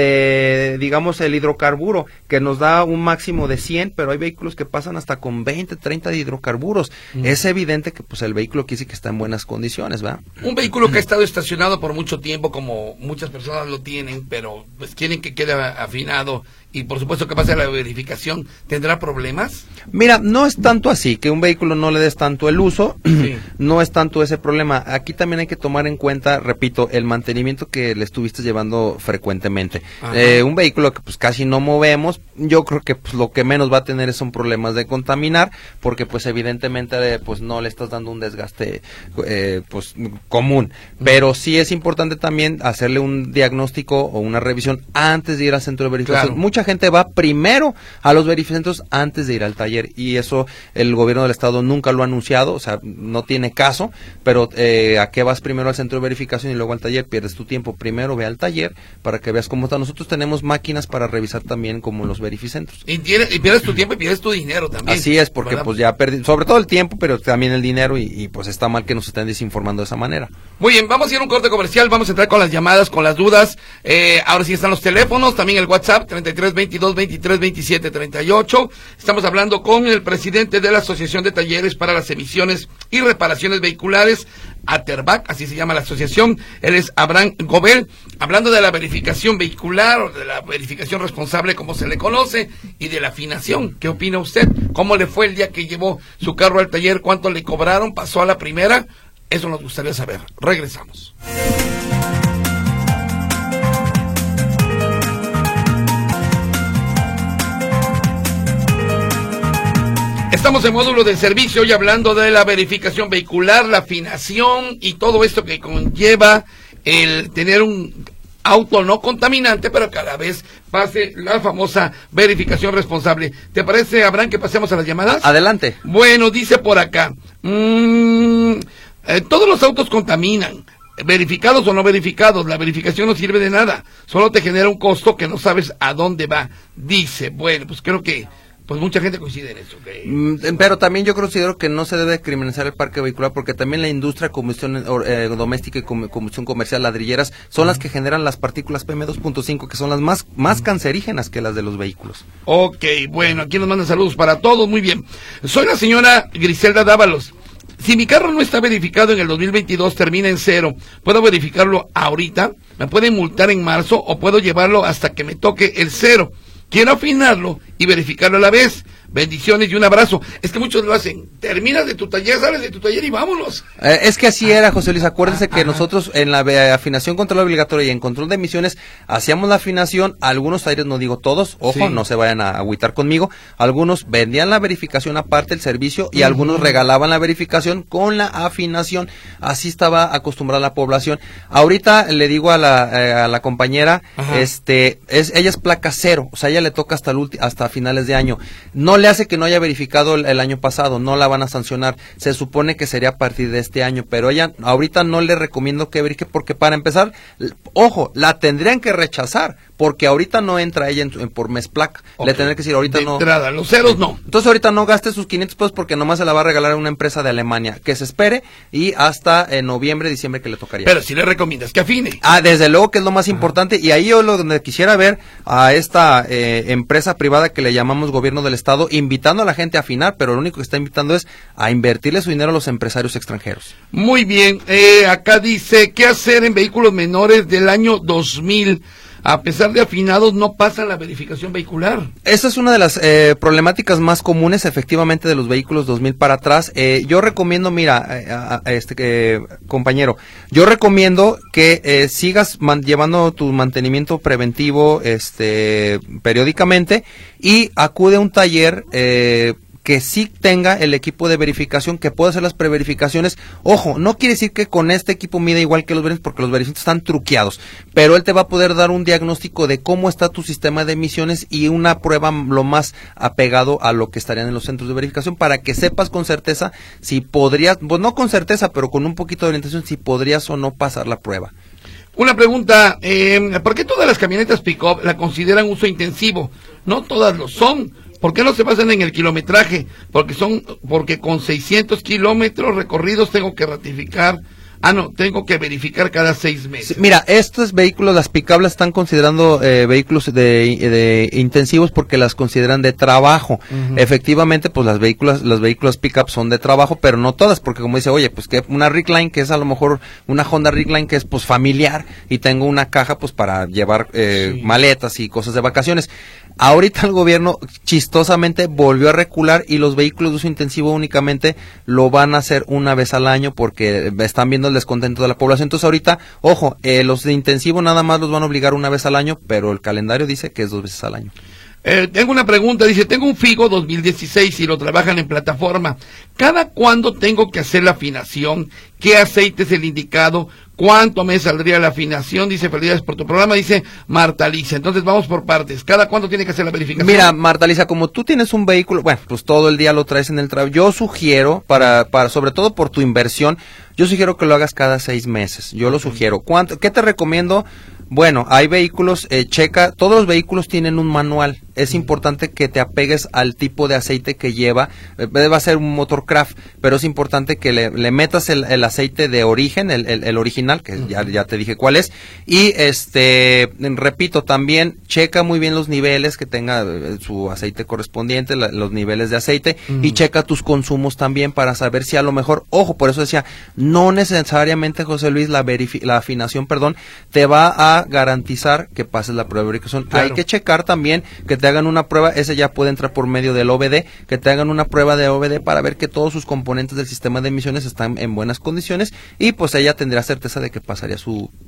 de, digamos, el hidrocarburo, que nos da un máximo de cien, pero hay vehículos que pasan hasta con veinte, treinta de hidrocarburos. Mm. Es evidente que pues el vehículo quiere decir que está en buenas condiciones, ¿verdad? Un vehículo que ha estado estacionado por mucho tiempo, como muchas personas lo tienen, pero pues quieren que quede afinado, y por supuesto que pase la verificación, ¿tendrá problemas? Mira, no es tanto así, que un vehículo no le des tanto el uso, sí. no es tanto ese problema. Aquí también hay que tomar en cuenta, repito, el mantenimiento que le estuviste llevando frecuentemente. Eh, un vehículo que pues casi no movemos, yo creo que pues lo que menos va a tener son problemas de contaminar, porque pues evidentemente eh, pues no le estás dando un desgaste eh, pues común. Pero sí es importante también hacerle un diagnóstico o una revisión antes de ir al centro de verificación. Claro. Mucha gente va primero a los verificentros antes de ir al taller, y eso el gobierno del estado nunca lo ha anunciado, o sea, no tiene caso, pero eh, ¿a qué vas primero al centro de verificación y luego al taller? Pierdes tu tiempo. Primero ve al taller para que veas cómo está. Nosotros tenemos máquinas para revisar también como los verificentros. Y, tiene, y pierdes tu tiempo y pierdes tu dinero también. Así es, porque ¿verdad? Pues ya perdí, sobre todo el tiempo, pero también el dinero, y, y pues está mal que nos estén desinformando de esa manera. Muy bien, vamos a ir a un corte comercial, vamos a entrar con las llamadas, con las dudas. Eh, ahora sí están los teléfonos, también el WhatsApp, treinta y tres, veintidós, veintitrés, veintisiete, treinta y ocho. Estamos hablando con el presidente de la Asociación de Talleres para las Emisiones y Reparaciones Vehiculares, ATERVAC, así se llama la asociación. Él es Abraham Gobel, hablando de la verificación vehicular, o de la verificación responsable, como se le conoce, y de la afinación. ¿Qué opina usted? ¿Cómo le fue el día que llevó su carro al taller? ¿Cuánto le cobraron? ¿Pasó a la primera? Eso nos gustaría saber. Regresamos. Estamos en módulo de servicio y hablando de la verificación vehicular, la afinación y todo esto que conlleva el tener un auto no contaminante, pero que a la vez pase la famosa verificación responsable. ¿Te parece, Abraham, que pasemos a las llamadas? Adelante. Bueno, dice por acá, mmm, eh, todos los autos contaminan, verificados o no verificados, la verificación no sirve de nada, solo te genera un costo que no sabes a dónde va. Dice, bueno, pues creo que pues mucha gente coincide en eso. Okay. Mm, pero también yo considero que no se debe criminalizar el parque vehicular, porque también la industria de combustión eh, doméstica y combustión comercial, ladrilleras, son uh-huh. las que generan las partículas P M dos punto cinco, que son las más, más uh-huh. cancerígenas que las de los vehículos. Ok, bueno, aquí nos mandan saludos para todos, muy bien. Soy la señora Griselda Dávalos. Si mi carro no está verificado en el dos mil veintidós, termina en cero, ¿puedo verificarlo ahorita? ¿Me pueden multar en marzo o puedo llevarlo hasta que me toque el cero? Quiero afinarlo y verificarlo a la vez. Bendiciones y un abrazo. Es que muchos lo hacen. Terminas de tu taller, sales de tu taller y vámonos. Eh, es que así era, José Luis. Acuérdense ah, que ajá. nosotros en la eh, afinación control obligatoria y en control de emisiones hacíamos la afinación. Algunos talleres, no digo todos, ojo, sí. no se vayan a agüitar conmigo. Algunos vendían la verificación aparte, el servicio, y uh-huh. algunos regalaban la verificación con la afinación. Así estaba acostumbrada la población. Ahorita le digo a la, eh, a la compañera, ajá. este, es, ella es placa cero, o sea, ella le toca hasta, el hasta finales de año. No le hace que no haya verificado el, el año pasado, no la van a sancionar, se supone que sería a partir de este año, pero ella ahorita no le recomiendo que verifique, porque para empezar, ojo, la tendrían que rechazar, porque ahorita no entra ella en, en por mes placa, okay. le tendrán que decir ahorita de no. Entrada, los ceros no. Entonces ahorita no gaste sus quinientos pesos porque nomás se la va a regalar a una empresa de Alemania, que se espere y hasta en noviembre, diciembre que le tocaría. Pero si le recomiendas que afine. Ah, desde luego que es lo más importante. Ajá. Y ahí yo lo donde quisiera ver a esta eh, empresa privada que le llamamos gobierno del estado, invitando a la gente a afinar, pero lo único que está invitando es a invertirle su dinero a los empresarios extranjeros. Muy bien, eh, acá dice, ¿qué hacer en vehículos menores del año dos mil? A pesar de afinados, no pasan la verificación vehicular. Esa es una de las eh, problemáticas más comunes, efectivamente, de los vehículos dos mil para atrás. Eh, yo recomiendo, mira, eh, a, a este eh, compañero, yo recomiendo que eh, sigas man, llevando tu mantenimiento preventivo este periódicamente y acude a un taller eh, que sí tenga el equipo de verificación, que pueda hacer las preverificaciones. Ojo, no quiere decir que con este equipo mida igual que los verificantes, porque los verificantes están truqueados, pero él te va a poder dar un diagnóstico de cómo está tu sistema de emisiones y una prueba lo más apegado a lo que estarían en los centros de verificación, para que sepas con certeza si podrías, pues no con certeza, pero con un poquito de orientación, si podrías o no pasar la prueba. Una pregunta, eh, ¿por qué todas las camionetas pick-up la consideran uso intensivo? No todas lo son. ¿Por qué no se basan en el kilometraje? Porque son, porque con seiscientos kilómetros recorridos tengo que ratificar, ah no, tengo que verificar cada seis meses. Sí, mira, estos vehículos, las pick-up las están considerando eh, vehículos de, de intensivos porque las consideran de trabajo. Uh-huh. Efectivamente, pues las vehículos, los vehículos pick-up son de trabajo, pero no todas, porque como dice, oye, pues que una Ridgeline, que es a lo mejor una Honda Ridgeline que es pues familiar, y tengo una caja pues para llevar eh, sí. maletas y cosas de vacaciones. Ahorita el gobierno chistosamente volvió a recular y los vehículos de uso intensivo únicamente lo van a hacer una vez al año porque están viendo el descontento de la población. Entonces ahorita, ojo, eh, los de intensivo nada más los van a obligar una vez al año, pero el calendario dice que es dos veces al año. Eh, tengo una pregunta, dice, tengo un Figo dos mil dieciséis y lo trabajan en plataforma. ¿Cada cuándo tengo que hacer la afinación? ¿Qué aceite es el indicado? ¿Cuánto me saldría la afinación? Dice, felicidades por tu programa, dice Marta Lisa. Entonces vamos por partes. ¿Cada cuándo tiene que hacer la verificación? Mira, Marta Lisa, como tú tienes un vehículo, bueno, pues todo el día lo traes en el trabajo. Yo sugiero, para, para, sobre todo por tu inversión, yo sugiero que lo hagas cada seis meses. Yo lo sugiero. ¿Cuánto? ¿Qué te recomiendo? Bueno, hay vehículos, eh, checa, todos los vehículos tienen un manual. Es importante que te apegues al tipo de aceite que lleva. Eh, va a ser un Motorcraft, pero es importante que le, le metas el, el aceite de origen, el, el, el original, que uh-huh. ya, ya te dije cuál es. Y este, repito, también checa muy bien los niveles, que tenga eh, su aceite correspondiente, la, los niveles de aceite, uh-huh. y checa tus consumos también para saber si a lo mejor, ojo, por eso decía, no necesariamente, José Luis, la, verifi- la afinación, perdón, te va a garantizar que pases la prueba de verificación. Claro. Hay que checar también que te hagan una prueba, ese ya puede entrar por medio del O B D, que te hagan una prueba de O B D para ver que todos sus componentes del sistema de emisiones están en buenas condiciones y pues ella tendrá certeza de que pasaría su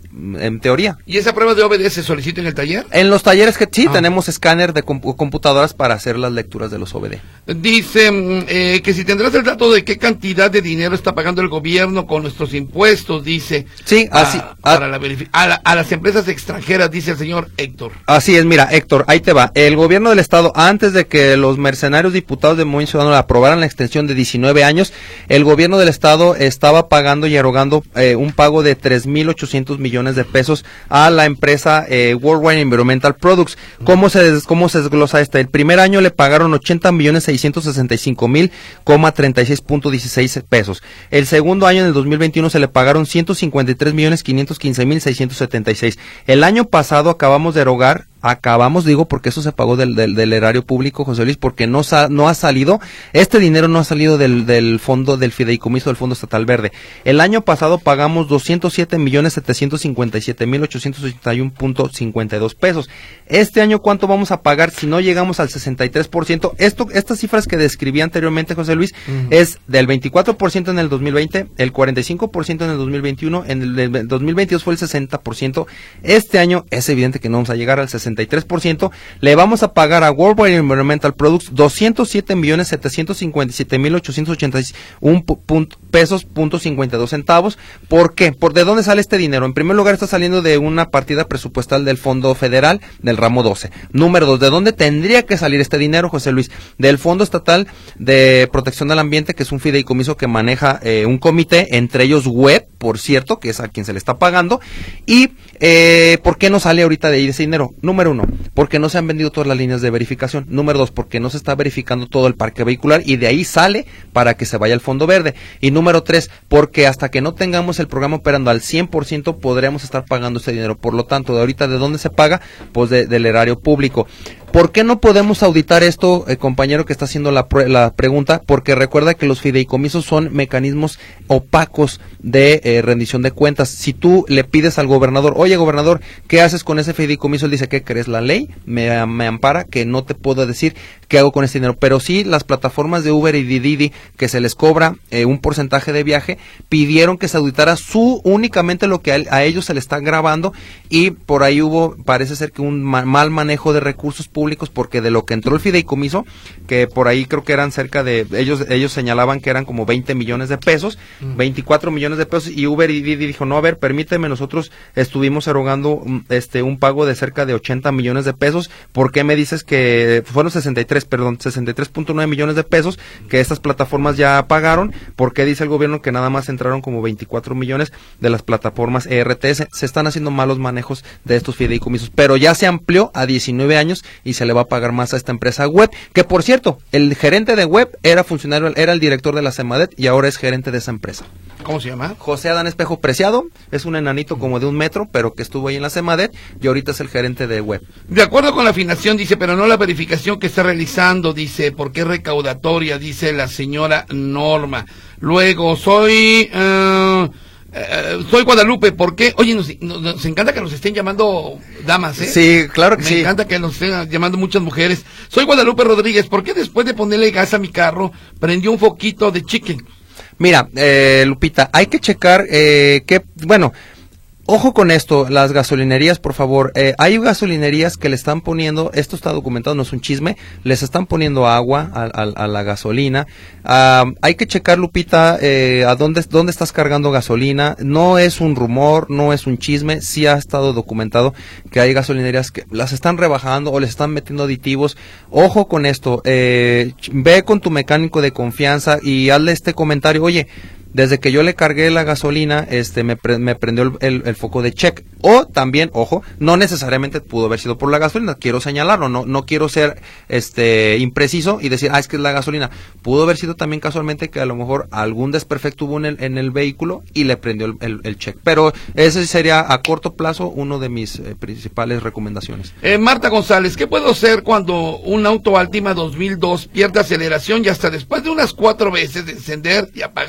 en teoría. ¿Y esa prueba de O B D se solicita en el taller? En los talleres que sí, ah. tenemos escáner de comp computadoras para hacer las lecturas de los O B D. Dice eh, que si tendrás el dato de qué cantidad de dinero está pagando el gobierno con nuestros impuestos, dice. Sí, así. A, para la a, la, a las empresas extranjeras, dice el señor Héctor. Así es, mira, Héctor, ahí te va. El gobierno del estado, antes de que los mercenarios diputados de Movimiento Ciudadano aprobaran la extensión de diecinueve años, el gobierno del estado estaba pagando y erogando eh, un pago de tres mil ochocientos millones de pesos a la empresa eh, Worldwide Environmental Products. ¿Cómo se, des, cómo se desglosa esta? El primer año le pagaron ochenta millones seiscientos sesenta y cinco mil, treinta y seis punto dieciséis pesos. El segundo año, en el dos mil veintiuno, se le pagaron ciento cincuenta y tres millones quinientos quince mil seiscientos setenta y seis. El año pasado acabamos de erogar Acabamos, digo, porque eso se pagó del, del, del erario público, José Luis, porque no, sa no ha salido, este dinero no ha salido del, del fondo, del fideicomiso del Fondo Estatal Verde. El año pasado pagamos doscientos siete millones setecientos cincuenta y siete mil ochocientos ochenta y uno punto cincuenta y dos pesos. Este año, ¿cuánto vamos a pagar si no llegamos al sesenta y tres por ciento? Esto, estas cifras que describí anteriormente, José Luis, uh-huh. es del veinticuatro por ciento en el dos mil veinte, el cuarenta y cinco por ciento en el dos mil veintiuno, en el dos mil veintidós fue el sesenta por ciento. Este año es evidente que no vamos a llegar al sesenta y tres por ciento. Le vamos a pagar a Worldwide Environmental Products doscientos siete millones setecientos cincuenta y siete mil ochocientos ochenta y uno pesos punto cincuenta y dos centavos. ¿Por qué? ¿Por de dónde sale este dinero? En primer lugar, está saliendo de una partida presupuestal del Fondo Federal del ramo doce. Número dos, ¿de dónde tendría que salir este dinero, José Luis? Del Fondo Estatal de Protección del Ambiente, que es un fideicomiso que maneja eh, un comité, entre ellos Web, por cierto, que es a quien se le está pagando. Y eh, ¿por qué no sale ahorita de ahí ese dinero? Número uno, porque no se han vendido todas las líneas de verificación. Número dos, porque no se está verificando todo el parque vehicular y de ahí sale para que se vaya al Fondo Verde. Y número tres, porque hasta que no tengamos el programa operando al cien por ciento podremos estar pagando ese dinero. Por lo tanto, de ahorita, ¿de dónde se paga? Pues de, del erario público. ¿Por qué no podemos auditar esto, eh, compañero que está haciendo la, pre la pregunta? Porque recuerda que los fideicomisos son mecanismos opacos de eh, rendición de cuentas. Si tú le pides al gobernador, oye gobernador, ¿qué haces con ese fideicomiso? Él dice, ¿qué crees? La ley me, me ampara que no te puedo decir qué hago con este dinero. Pero sí, las plataformas de Uber y de Didi, que se les cobra eh, un porcentaje de viaje, pidieron que se auditara su únicamente lo que a, a ellos se le está grabando, y por ahí hubo, parece ser que un ma mal manejo de recursos públicos, porque de lo que entró el fideicomiso, que por ahí creo que eran cerca de, ellos ellos señalaban que eran como veinte millones de pesos, uh-huh. veinticuatro millones de pesos, y Uber y Didi dijo, no, a ver, permíteme, nosotros estuvimos erogando este un pago de cerca de ochenta millones de pesos, ¿por qué me dices que fueron sesenta y tres, perdón, sesenta y tres punto nueve millones de pesos que estas plataformas ya pagaron? ¿Por qué dice el gobierno que nada más entraron como veinticuatro millones de las plataformas E R T S? Se están haciendo malos manejos de estos fideicomisos, pero ya se amplió a diecinueve años y se le va a pagar más a esta empresa Web, que por cierto, el gerente de Web era funcionario, era el director de la Semadet y ahora es gerente de esa empresa. ¿Cómo se llama? José Adán Espejo Preciado, es un enanito como de un metro, pero que estuvo ahí en la Semadet y ahorita es el gerente de Web. De acuerdo con la afinación, dice, pero no la verificación que está realizando, dice, porque es recaudatoria, dice la señora Norma. Luego, soy... Uh... Uh, soy Guadalupe, ¿por qué? Oye, nos, nos, nos encanta que nos estén llamando damas, ¿eh? Sí, claro que Me sí. Me encanta que nos estén llamando muchas mujeres. Soy Guadalupe Rodríguez, ¿por qué después de ponerle gas a mi carro prendió un foquito de chicken? Mira, eh, Lupita, hay que checar eh, que, bueno... Ojo con esto, las gasolinerías, por favor. Eh, hay gasolinerías que le están poniendo, esto está documentado, no es un chisme, les están poniendo agua a, a, a la gasolina. Uh, hay que checar, Lupita, eh, a dónde, dónde estás cargando gasolina. No es un rumor, no es un chisme, sí ha estado documentado que hay gasolinerías que las están rebajando o les están metiendo aditivos. Ojo con esto, eh, ve con tu mecánico de confianza y hazle este comentario, oye, desde que yo le cargué la gasolina, este, me, pre me prendió el, el, el foco de check. O también, ojo, no necesariamente pudo haber sido por la gasolina, quiero señalarlo, no, no quiero ser, este, impreciso y decir, ah, es que es la gasolina. Pudo haber sido también casualmente que a lo mejor algún desperfecto hubo en el, en el vehículo y le prendió el, el, el check. Pero ese sería a corto plazo uno de mis eh, principales recomendaciones. Eh, Marta González, ¿qué puedo hacer cuando un auto Altima dos mil dos pierde aceleración y hasta después de unas cuatro veces de encender y apagar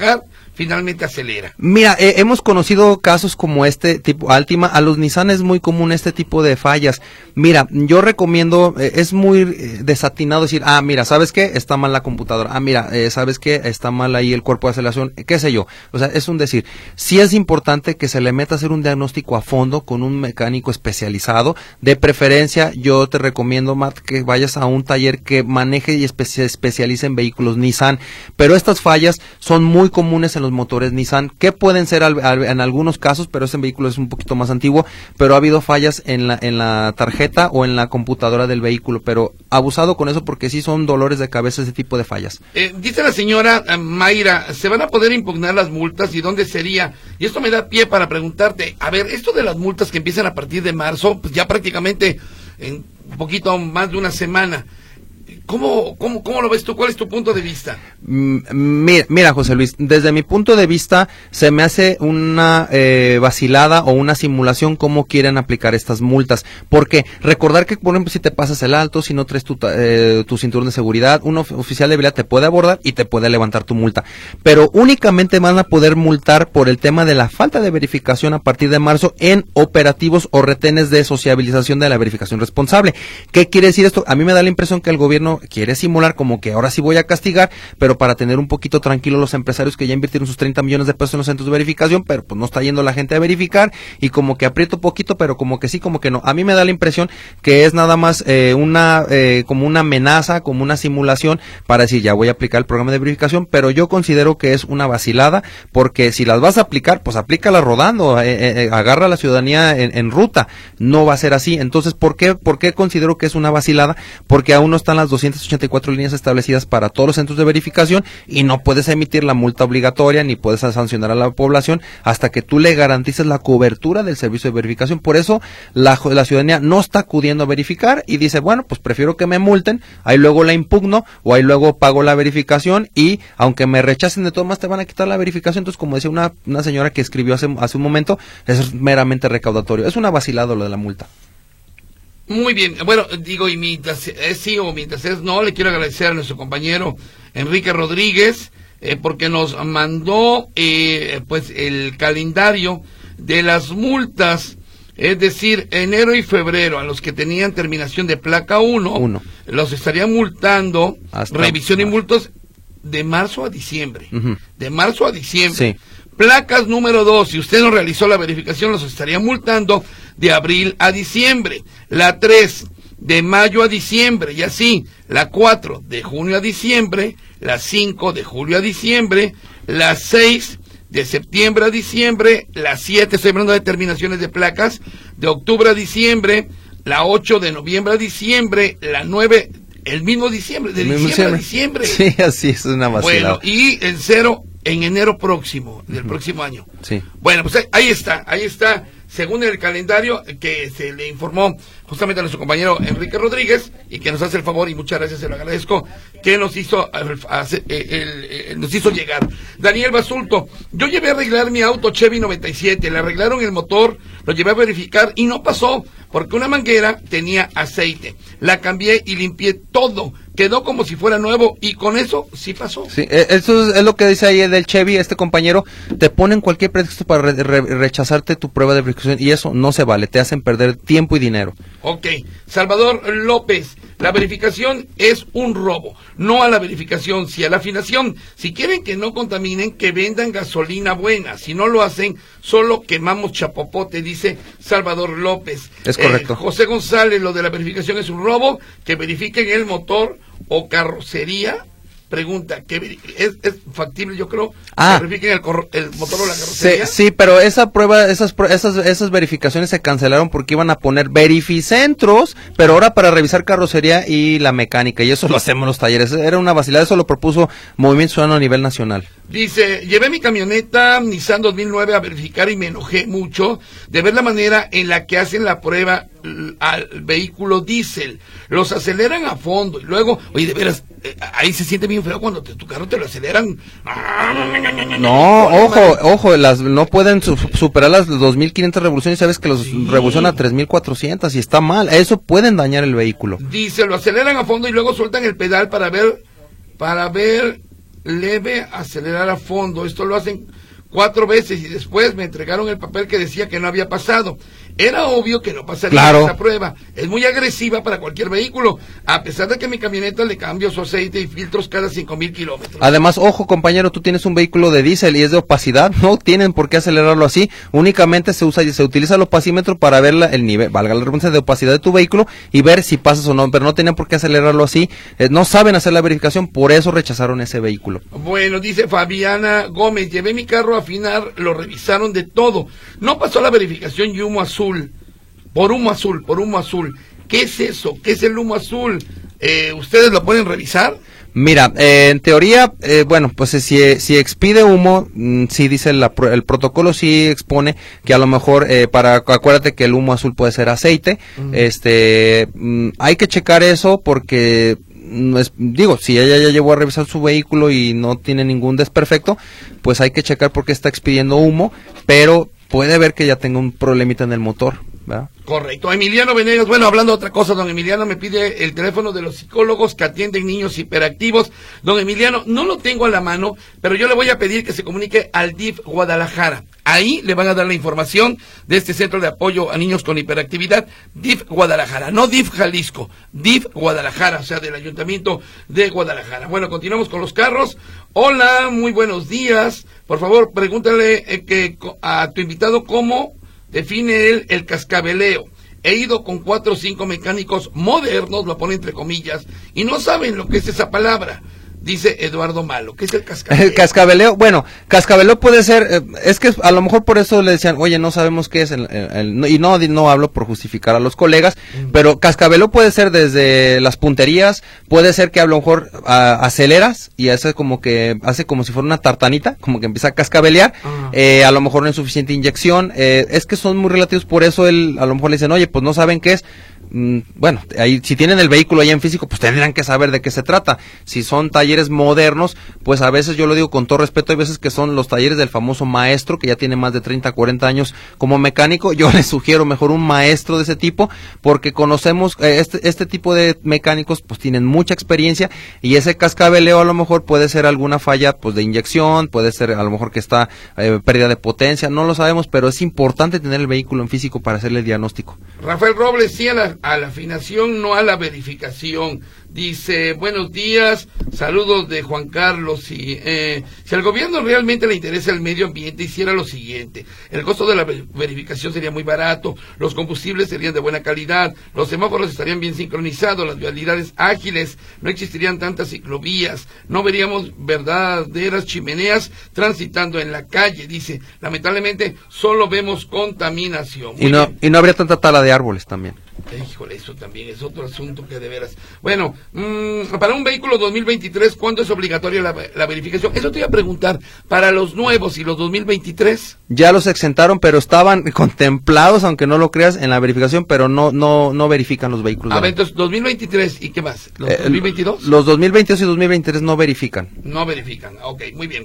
finalmente acelera? Mira, eh, hemos conocido casos como este tipo, Altima, a los Nissan es muy común este tipo de fallas. Mira, yo recomiendo, eh, es muy eh, desatinado decir, ah, mira, ¿sabes qué? Está mal la computadora, ah, mira, eh, ¿sabes qué? Está mal ahí el cuerpo de aceleración, qué sé yo. O sea, es un decir, sí es importante que se le meta a hacer un diagnóstico a fondo con un mecánico especializado. De preferencia, yo te recomiendo, Matt, que vayas a un taller que maneje y espe se especialice en vehículos Nissan, pero estas fallas son muy comunes en los motores Nissan, que pueden ser al, al, en algunos casos, pero este vehículo es un poquito más antiguo, pero ha habido fallas en la, en la tarjeta o en la computadora del vehículo, pero abusado con eso porque sí son dolores de cabeza ese tipo de fallas. Eh, dice la señora eh, Mayra, ¿se van a poder impugnar las multas y dónde sería? Y esto me da pie para preguntarte, a ver, esto de las multas que empiezan a partir de marzo, pues ya prácticamente en un poquito más de una semana, ¿Cómo, cómo, ¿Cómo lo ves tú? ¿Cuál es tu punto de vista? Mira, mira, José Luis, desde mi punto de vista se me hace una eh, vacilada o una simulación cómo quieren aplicar estas multas. Porque recordar que, por ejemplo, si te pasas el alto, si no traes tu, eh, tu cinturón de seguridad, un of oficial de vialidad te puede abordar y te puede levantar tu multa. Pero únicamente van a poder multar por el tema de la falta de verificación a partir de marzo en operativos o retenes de sociabilización de la verificación responsable. ¿Qué quiere decir esto? A mí me da la impresión que el gobierno quiere simular como que ahora sí voy a castigar, pero para tener un poquito tranquilo los empresarios que ya invirtieron sus treinta millones de pesos en los centros de verificación, pero pues no está yendo la gente a verificar y como que aprieto poquito, pero como que sí, como que no. A mí me da la impresión que es nada más eh, una eh, como una amenaza, como una simulación para decir ya voy a aplicar el programa de verificación, pero yo considero que es una vacilada porque si las vas a aplicar, pues aplícalas rodando, eh, eh, agarra a la ciudadanía en, en ruta, no va a ser así. Entonces, ¿por qué, por qué considero que es una vacilada? Porque aún no están las doscientas ochenta y cuatro líneas establecidas para todos los centros de verificación y no puedes emitir la multa obligatoria ni puedes sancionar a la población hasta que tú le garantices la cobertura del servicio de verificación. Por eso la, la ciudadanía no está acudiendo a verificar y dice, bueno, pues prefiero que me multen, ahí luego la impugno o ahí luego pago la verificación y aunque me rechacen de todas más te van a quitar la verificación. Entonces, como decía una, una señora que escribió hace, hace un momento, es meramente recaudatorio. Es una vacilada lo de la multa. Muy bien, bueno, digo, y mientras es sí o mientras es no, le quiero agradecer a nuestro compañero Enrique Rodríguez, eh, porque nos mandó, eh, pues, el calendario de las multas, es decir, enero y febrero, a los que tenían terminación de placa uno, los estarían multando, hasta revisión y multas, de marzo a diciembre, uh-huh. de marzo a diciembre. Sí. Placas número dos, si usted no realizó la verificación, los estaría multando de abril a diciembre. La tres, de mayo a diciembre, y así. La cuatro, de junio a diciembre. La cinco, de julio a diciembre. La seis, de septiembre a diciembre. La siete, estoy hablando de terminaciones de placas, de octubre a diciembre. La ocho, de noviembre a diciembre. La nueve, el mismo diciembre, de diciembre, diciembre a diciembre. Sí, así es una vacilada. Bueno, y el cero en enero próximo, del uh-huh. próximo año. Sí. Bueno, pues ahí está, ahí está, según el calendario que se le informó justamente a nuestro compañero Enrique Rodríguez, y que nos hace el favor, y muchas gracias, se lo agradezco, que nos hizo, hace, el, el, nos hizo llegar. Daniel Basulto, yo llevé a arreglar mi auto Chevy noventa y siete, le arreglaron el motor, lo llevé a verificar y no pasó, porque una manguera tenía aceite. La cambié y limpié todo, quedó como si fuera nuevo y con eso sí pasó. Sí, eso es lo que dice ahí del Chevy, este compañero, te ponen cualquier pretexto para re re rechazarte tu prueba de verificación y eso no se vale, te hacen perder tiempo y dinero. Ok, Salvador López, la verificación es un robo, no a la verificación, sí a la afinación. Si quieren que no contaminen, que vendan gasolina buena, si no lo hacen, solo quemamos chapopote, dice Salvador López. Es correcto. Eh, José González, lo de la verificación es un robo, que verifiquen el motor o carrocería. Pregunta, ¿qué es, es factible, yo creo, ah, que verifiquen el, el motor o la carrocería? Sí, sí, pero esa prueba, esas, esas, esas verificaciones se cancelaron porque iban a poner verificentros, pero ahora para revisar carrocería y la mecánica, y eso lo hacemos en los talleres. Era una vacilada, eso lo propuso Movimiento Ciudadano a nivel nacional. Dice, llevé mi camioneta Nissan dos mil nueve a verificar y me enojé mucho de ver la manera en la que hacen la prueba al vehículo diésel. Los aceleran a fondo y luego, oye, de veras, eh, ahí se siente bien feo cuando te, tu carro te lo aceleran. No, ojo, ojo, las no pueden su, superar las dos mil quinientas revoluciones, sabes que los sí. revolucionan a tres mil cuatrocientas y está mal, eso pueden dañar el vehículo. Dice, lo aceleran a fondo y luego sueltan el pedal para ver, para ver leve, acelerar a fondo. Esto lo hacen cuatro veces y después me entregaron el papel que decía que no había pasado. Era obvio que no pasaría claro. esa prueba. Es muy agresiva para cualquier vehículo, a pesar de que mi camioneta le cambio su aceite y filtros cada cinco mil kilómetros. Además, ojo compañero, tú tienes un vehículo de diésel y es de opacidad, no tienen por qué acelerarlo así, únicamente se usa y se utiliza el opacímetro para ver la, el nivel, valga la redundancia, de opacidad de tu vehículo y ver si pasas o no, pero no tienen por qué acelerarlo así, eh, no saben hacer la verificación, por eso rechazaron ese vehículo. Bueno, dice Fabiana Gómez, llevé mi carro a afinar, lo revisaron de todo, no pasó la verificación y humo azul. Por humo azul, por humo azul. ¿Qué es eso? ¿Qué es el humo azul? Eh, ¿Ustedes lo pueden revisar? Mira, eh, en teoría, eh, bueno, pues eh, si, si expide humo, mmm, sí dice la, el protocolo, sí expone que a lo mejor, eh, para, acuérdate que el humo azul puede ser aceite, uh-huh. este, mmm, hay que checar eso porque... Es, digo, si ella ya llevó a revisar su vehículo y no tiene ningún desperfecto, pues hay que checar por qué está expidiendo humo, pero puede ver que ya tenga un problemita en el motor, ¿verdad? Correcto. Emiliano Venegas, bueno, hablando de otra cosa, don Emiliano me pide el teléfono de los psicólogos que atienden niños hiperactivos. Don Emiliano, no lo tengo a la mano, pero yo le voy a pedir que se comunique al D I F Guadalajara. Ahí le van a dar la información de este centro de apoyo a niños con hiperactividad, D I F Guadalajara, no D I F Jalisco, D I F Guadalajara, o sea, del Ayuntamiento de Guadalajara. Bueno, continuamos con los carros. Hola, muy buenos días. Por favor, pregúntale eh, que a tu invitado cómo define él el cascabeleo. He ido con cuatro o cinco mecánicos modernos, lo pone entre comillas, y no saben lo que es esa palabra. Dice Eduardo Malo, ¿qué es el cascabeleo? El cascabeleo, bueno, cascabeleo puede ser, eh, es que a lo mejor por eso le decían, oye, no sabemos qué es, el, el, el, y no no hablo por justificar a los colegas, mm. pero cascabeleo puede ser desde las punterías, puede ser que a lo mejor a, aceleras y hace como que, hace como si fuera una tartanita, como que empieza a cascabelear, ah. eh, a lo mejor no es suficiente inyección, eh, es que son muy relativos, por eso él, a lo mejor le dicen, oye, pues no saben qué es. Bueno, ahí, si tienen el vehículo ahí en físico, pues tendrán que saber de qué se trata. Si son talleres modernos, pues a veces, yo lo digo con todo respeto, hay veces que son los talleres del famoso maestro, que ya tiene más de treinta, cuarenta años como mecánico. Yo les sugiero mejor un maestro de ese tipo, porque conocemos, eh, este, este tipo de mecánicos, pues tienen mucha experiencia, y ese cascabeleo a lo mejor puede ser alguna falla, pues de inyección, puede ser a lo mejor que está eh, pérdida de potencia, no lo sabemos, pero es importante tener el vehículo en físico para hacerle el diagnóstico. Rafael Robles, sí a la a la afinación, no a la verificación. Dice, buenos días, saludos de Juan Carlos. Y, eh, si al gobierno realmente le interesa el medio ambiente, hiciera lo siguiente: el costo de la verificación sería muy barato, los combustibles serían de buena calidad, los semáforos estarían bien sincronizados, las vialidades ágiles, no existirían tantas ciclovías, no veríamos verdaderas chimeneas transitando en la calle. Dice, lamentablemente solo vemos contaminación. Y no, y no habría tanta tala de árboles también. Híjole, eso también es otro asunto que de veras. Bueno, mmm, para un vehículo dos mil veintitrés, ¿cuándo es obligatoria la, la verificación? Eso te iba a preguntar, para los nuevos y los dos mil veintitrés. Ya los exentaron, pero estaban contemplados, aunque no lo creas, en la verificación, pero no no no verifican los vehículos. A ver, entonces, dos mil veintitrés, ¿y qué más? ¿Los eh, dos mil veintidós? Los dos mil veintidós y dos mil veintitrés no verifican. No verifican, ok, muy bien.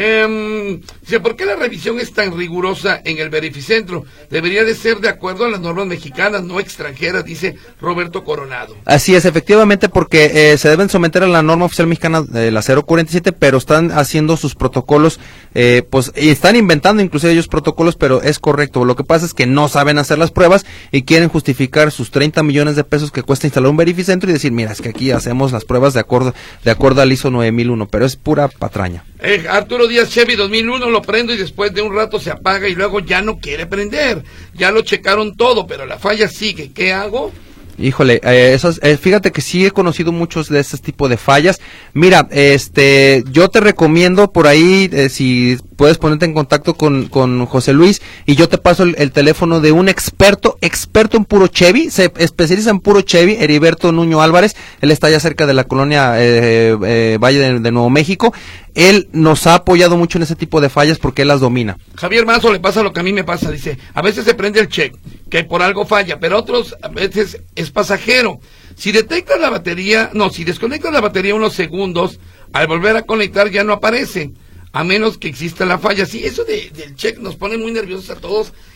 Eh, dice, ¿por qué la revisión es tan rigurosa en el verificentro? Debería de ser de acuerdo a las normas mexicanas, no extranjeras, dice Roberto Coronado. Así es, efectivamente, porque eh, se deben someter a la norma oficial mexicana de la cero cuarenta y siete, pero están haciendo sus protocolos, eh, pues, y están inventando inclusive ellos protocolos, pero es correcto. Lo que pasa es que no saben hacer las pruebas y quieren justificar sus treinta millones de pesos que cuesta instalar un verificentro y decir, mira, es que aquí hacemos las pruebas de acuerdo de acuerdo al I S O nueve mil uno, pero es pura patraña. Eh, Arturo Díaz Chevy dos mil uno, lo prendo y después de un rato se apaga y luego ya no quiere prender. Ya lo checaron todo, pero la falla sigue. ¿Qué hago? Híjole, eh, esos, eh, fíjate que sí he conocido muchos de este tipo de fallas. Mira, este, yo te recomiendo por ahí, eh, si puedes ponerte en contacto con, con José Luis, y yo te paso el, el teléfono de un experto, experto en puro Chevy, se especializa en puro Chevy, Heriberto Nuño Álvarez. Él está allá cerca de la colonia eh, eh, Valle de, de Nuevo México. Él nos ha apoyado mucho en ese tipo de fallas porque él las domina. Javier Mazo le pasa lo que a mí me pasa, dice, a veces se prende el check, que por algo falla, pero otros a veces es pasajero. Si detectas la batería, no, si desconectas la batería unos segundos, al volver a conectar ya no aparece, a menos que exista la falla. Sí, eso de, del check nos pone muy nerviosos a todos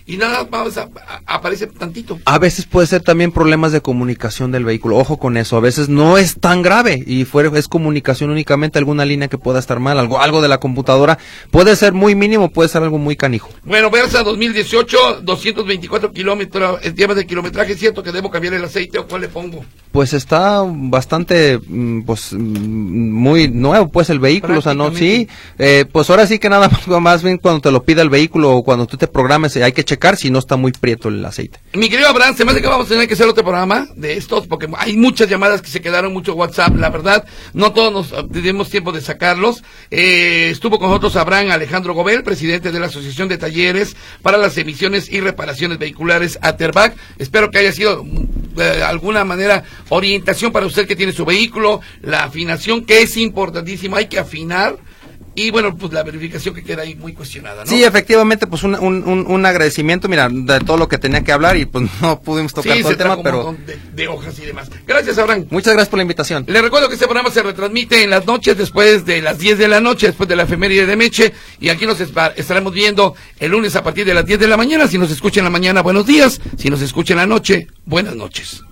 y nada más a, a, aparece tantito. A veces puede ser también problemas de comunicación del vehículo, ojo con eso, a veces no es tan grave y fuera, es comunicación únicamente, alguna línea que pueda estar mal, algo, algo de la computadora, puede ser muy mínimo, puede ser algo muy canijo. Bueno, Versa dos mil dieciocho, doscientos veinticuatro kilómetros, el tiempo de kilometraje, ¿es cierto que debo cambiar el aceite o cuál le pongo? Pues está bastante, pues, muy nuevo, pues, el vehículo, o sea, no, sí, eh, pues ahora sí que nada más, más bien cuando te lo pida el vehículo o cuando tú te programes, hay que checar si no está muy prieto el aceite. Mi querido Abraham, se me hace que vamos a tener que hacer otro programa de estos, porque hay muchas llamadas que se quedaron, mucho WhatsApp, la verdad, no todos nos tenemos tiempo de sacarlos. Eh, estuvo con nosotros Abraham Alejandro Gobel, presidente de la Asociación de Talleres para las Emisiones y Reparaciones Vehiculares, ATERVAC. Espero que haya sido de alguna manera orientación para usted que tiene su vehículo, la afinación, que es importantísimo, hay que afinar. Y bueno, pues la verificación que queda ahí muy cuestionada, ¿no? Sí, efectivamente, pues un, un, un, un agradecimiento, mira, de todo lo que tenía que hablar y pues no pudimos tocar sí, todo el tema, un pero... De, de hojas y demás. Gracias, Abraham. Muchas gracias por la invitación. Le recuerdo que este programa se retransmite en las noches, después de las diez de la noche, después de la efeméride de Meche, y aquí nos estaremos viendo el lunes a partir de las diez de la mañana. Si nos escucha en la mañana, buenos días. Si nos escucha en la noche, buenas noches.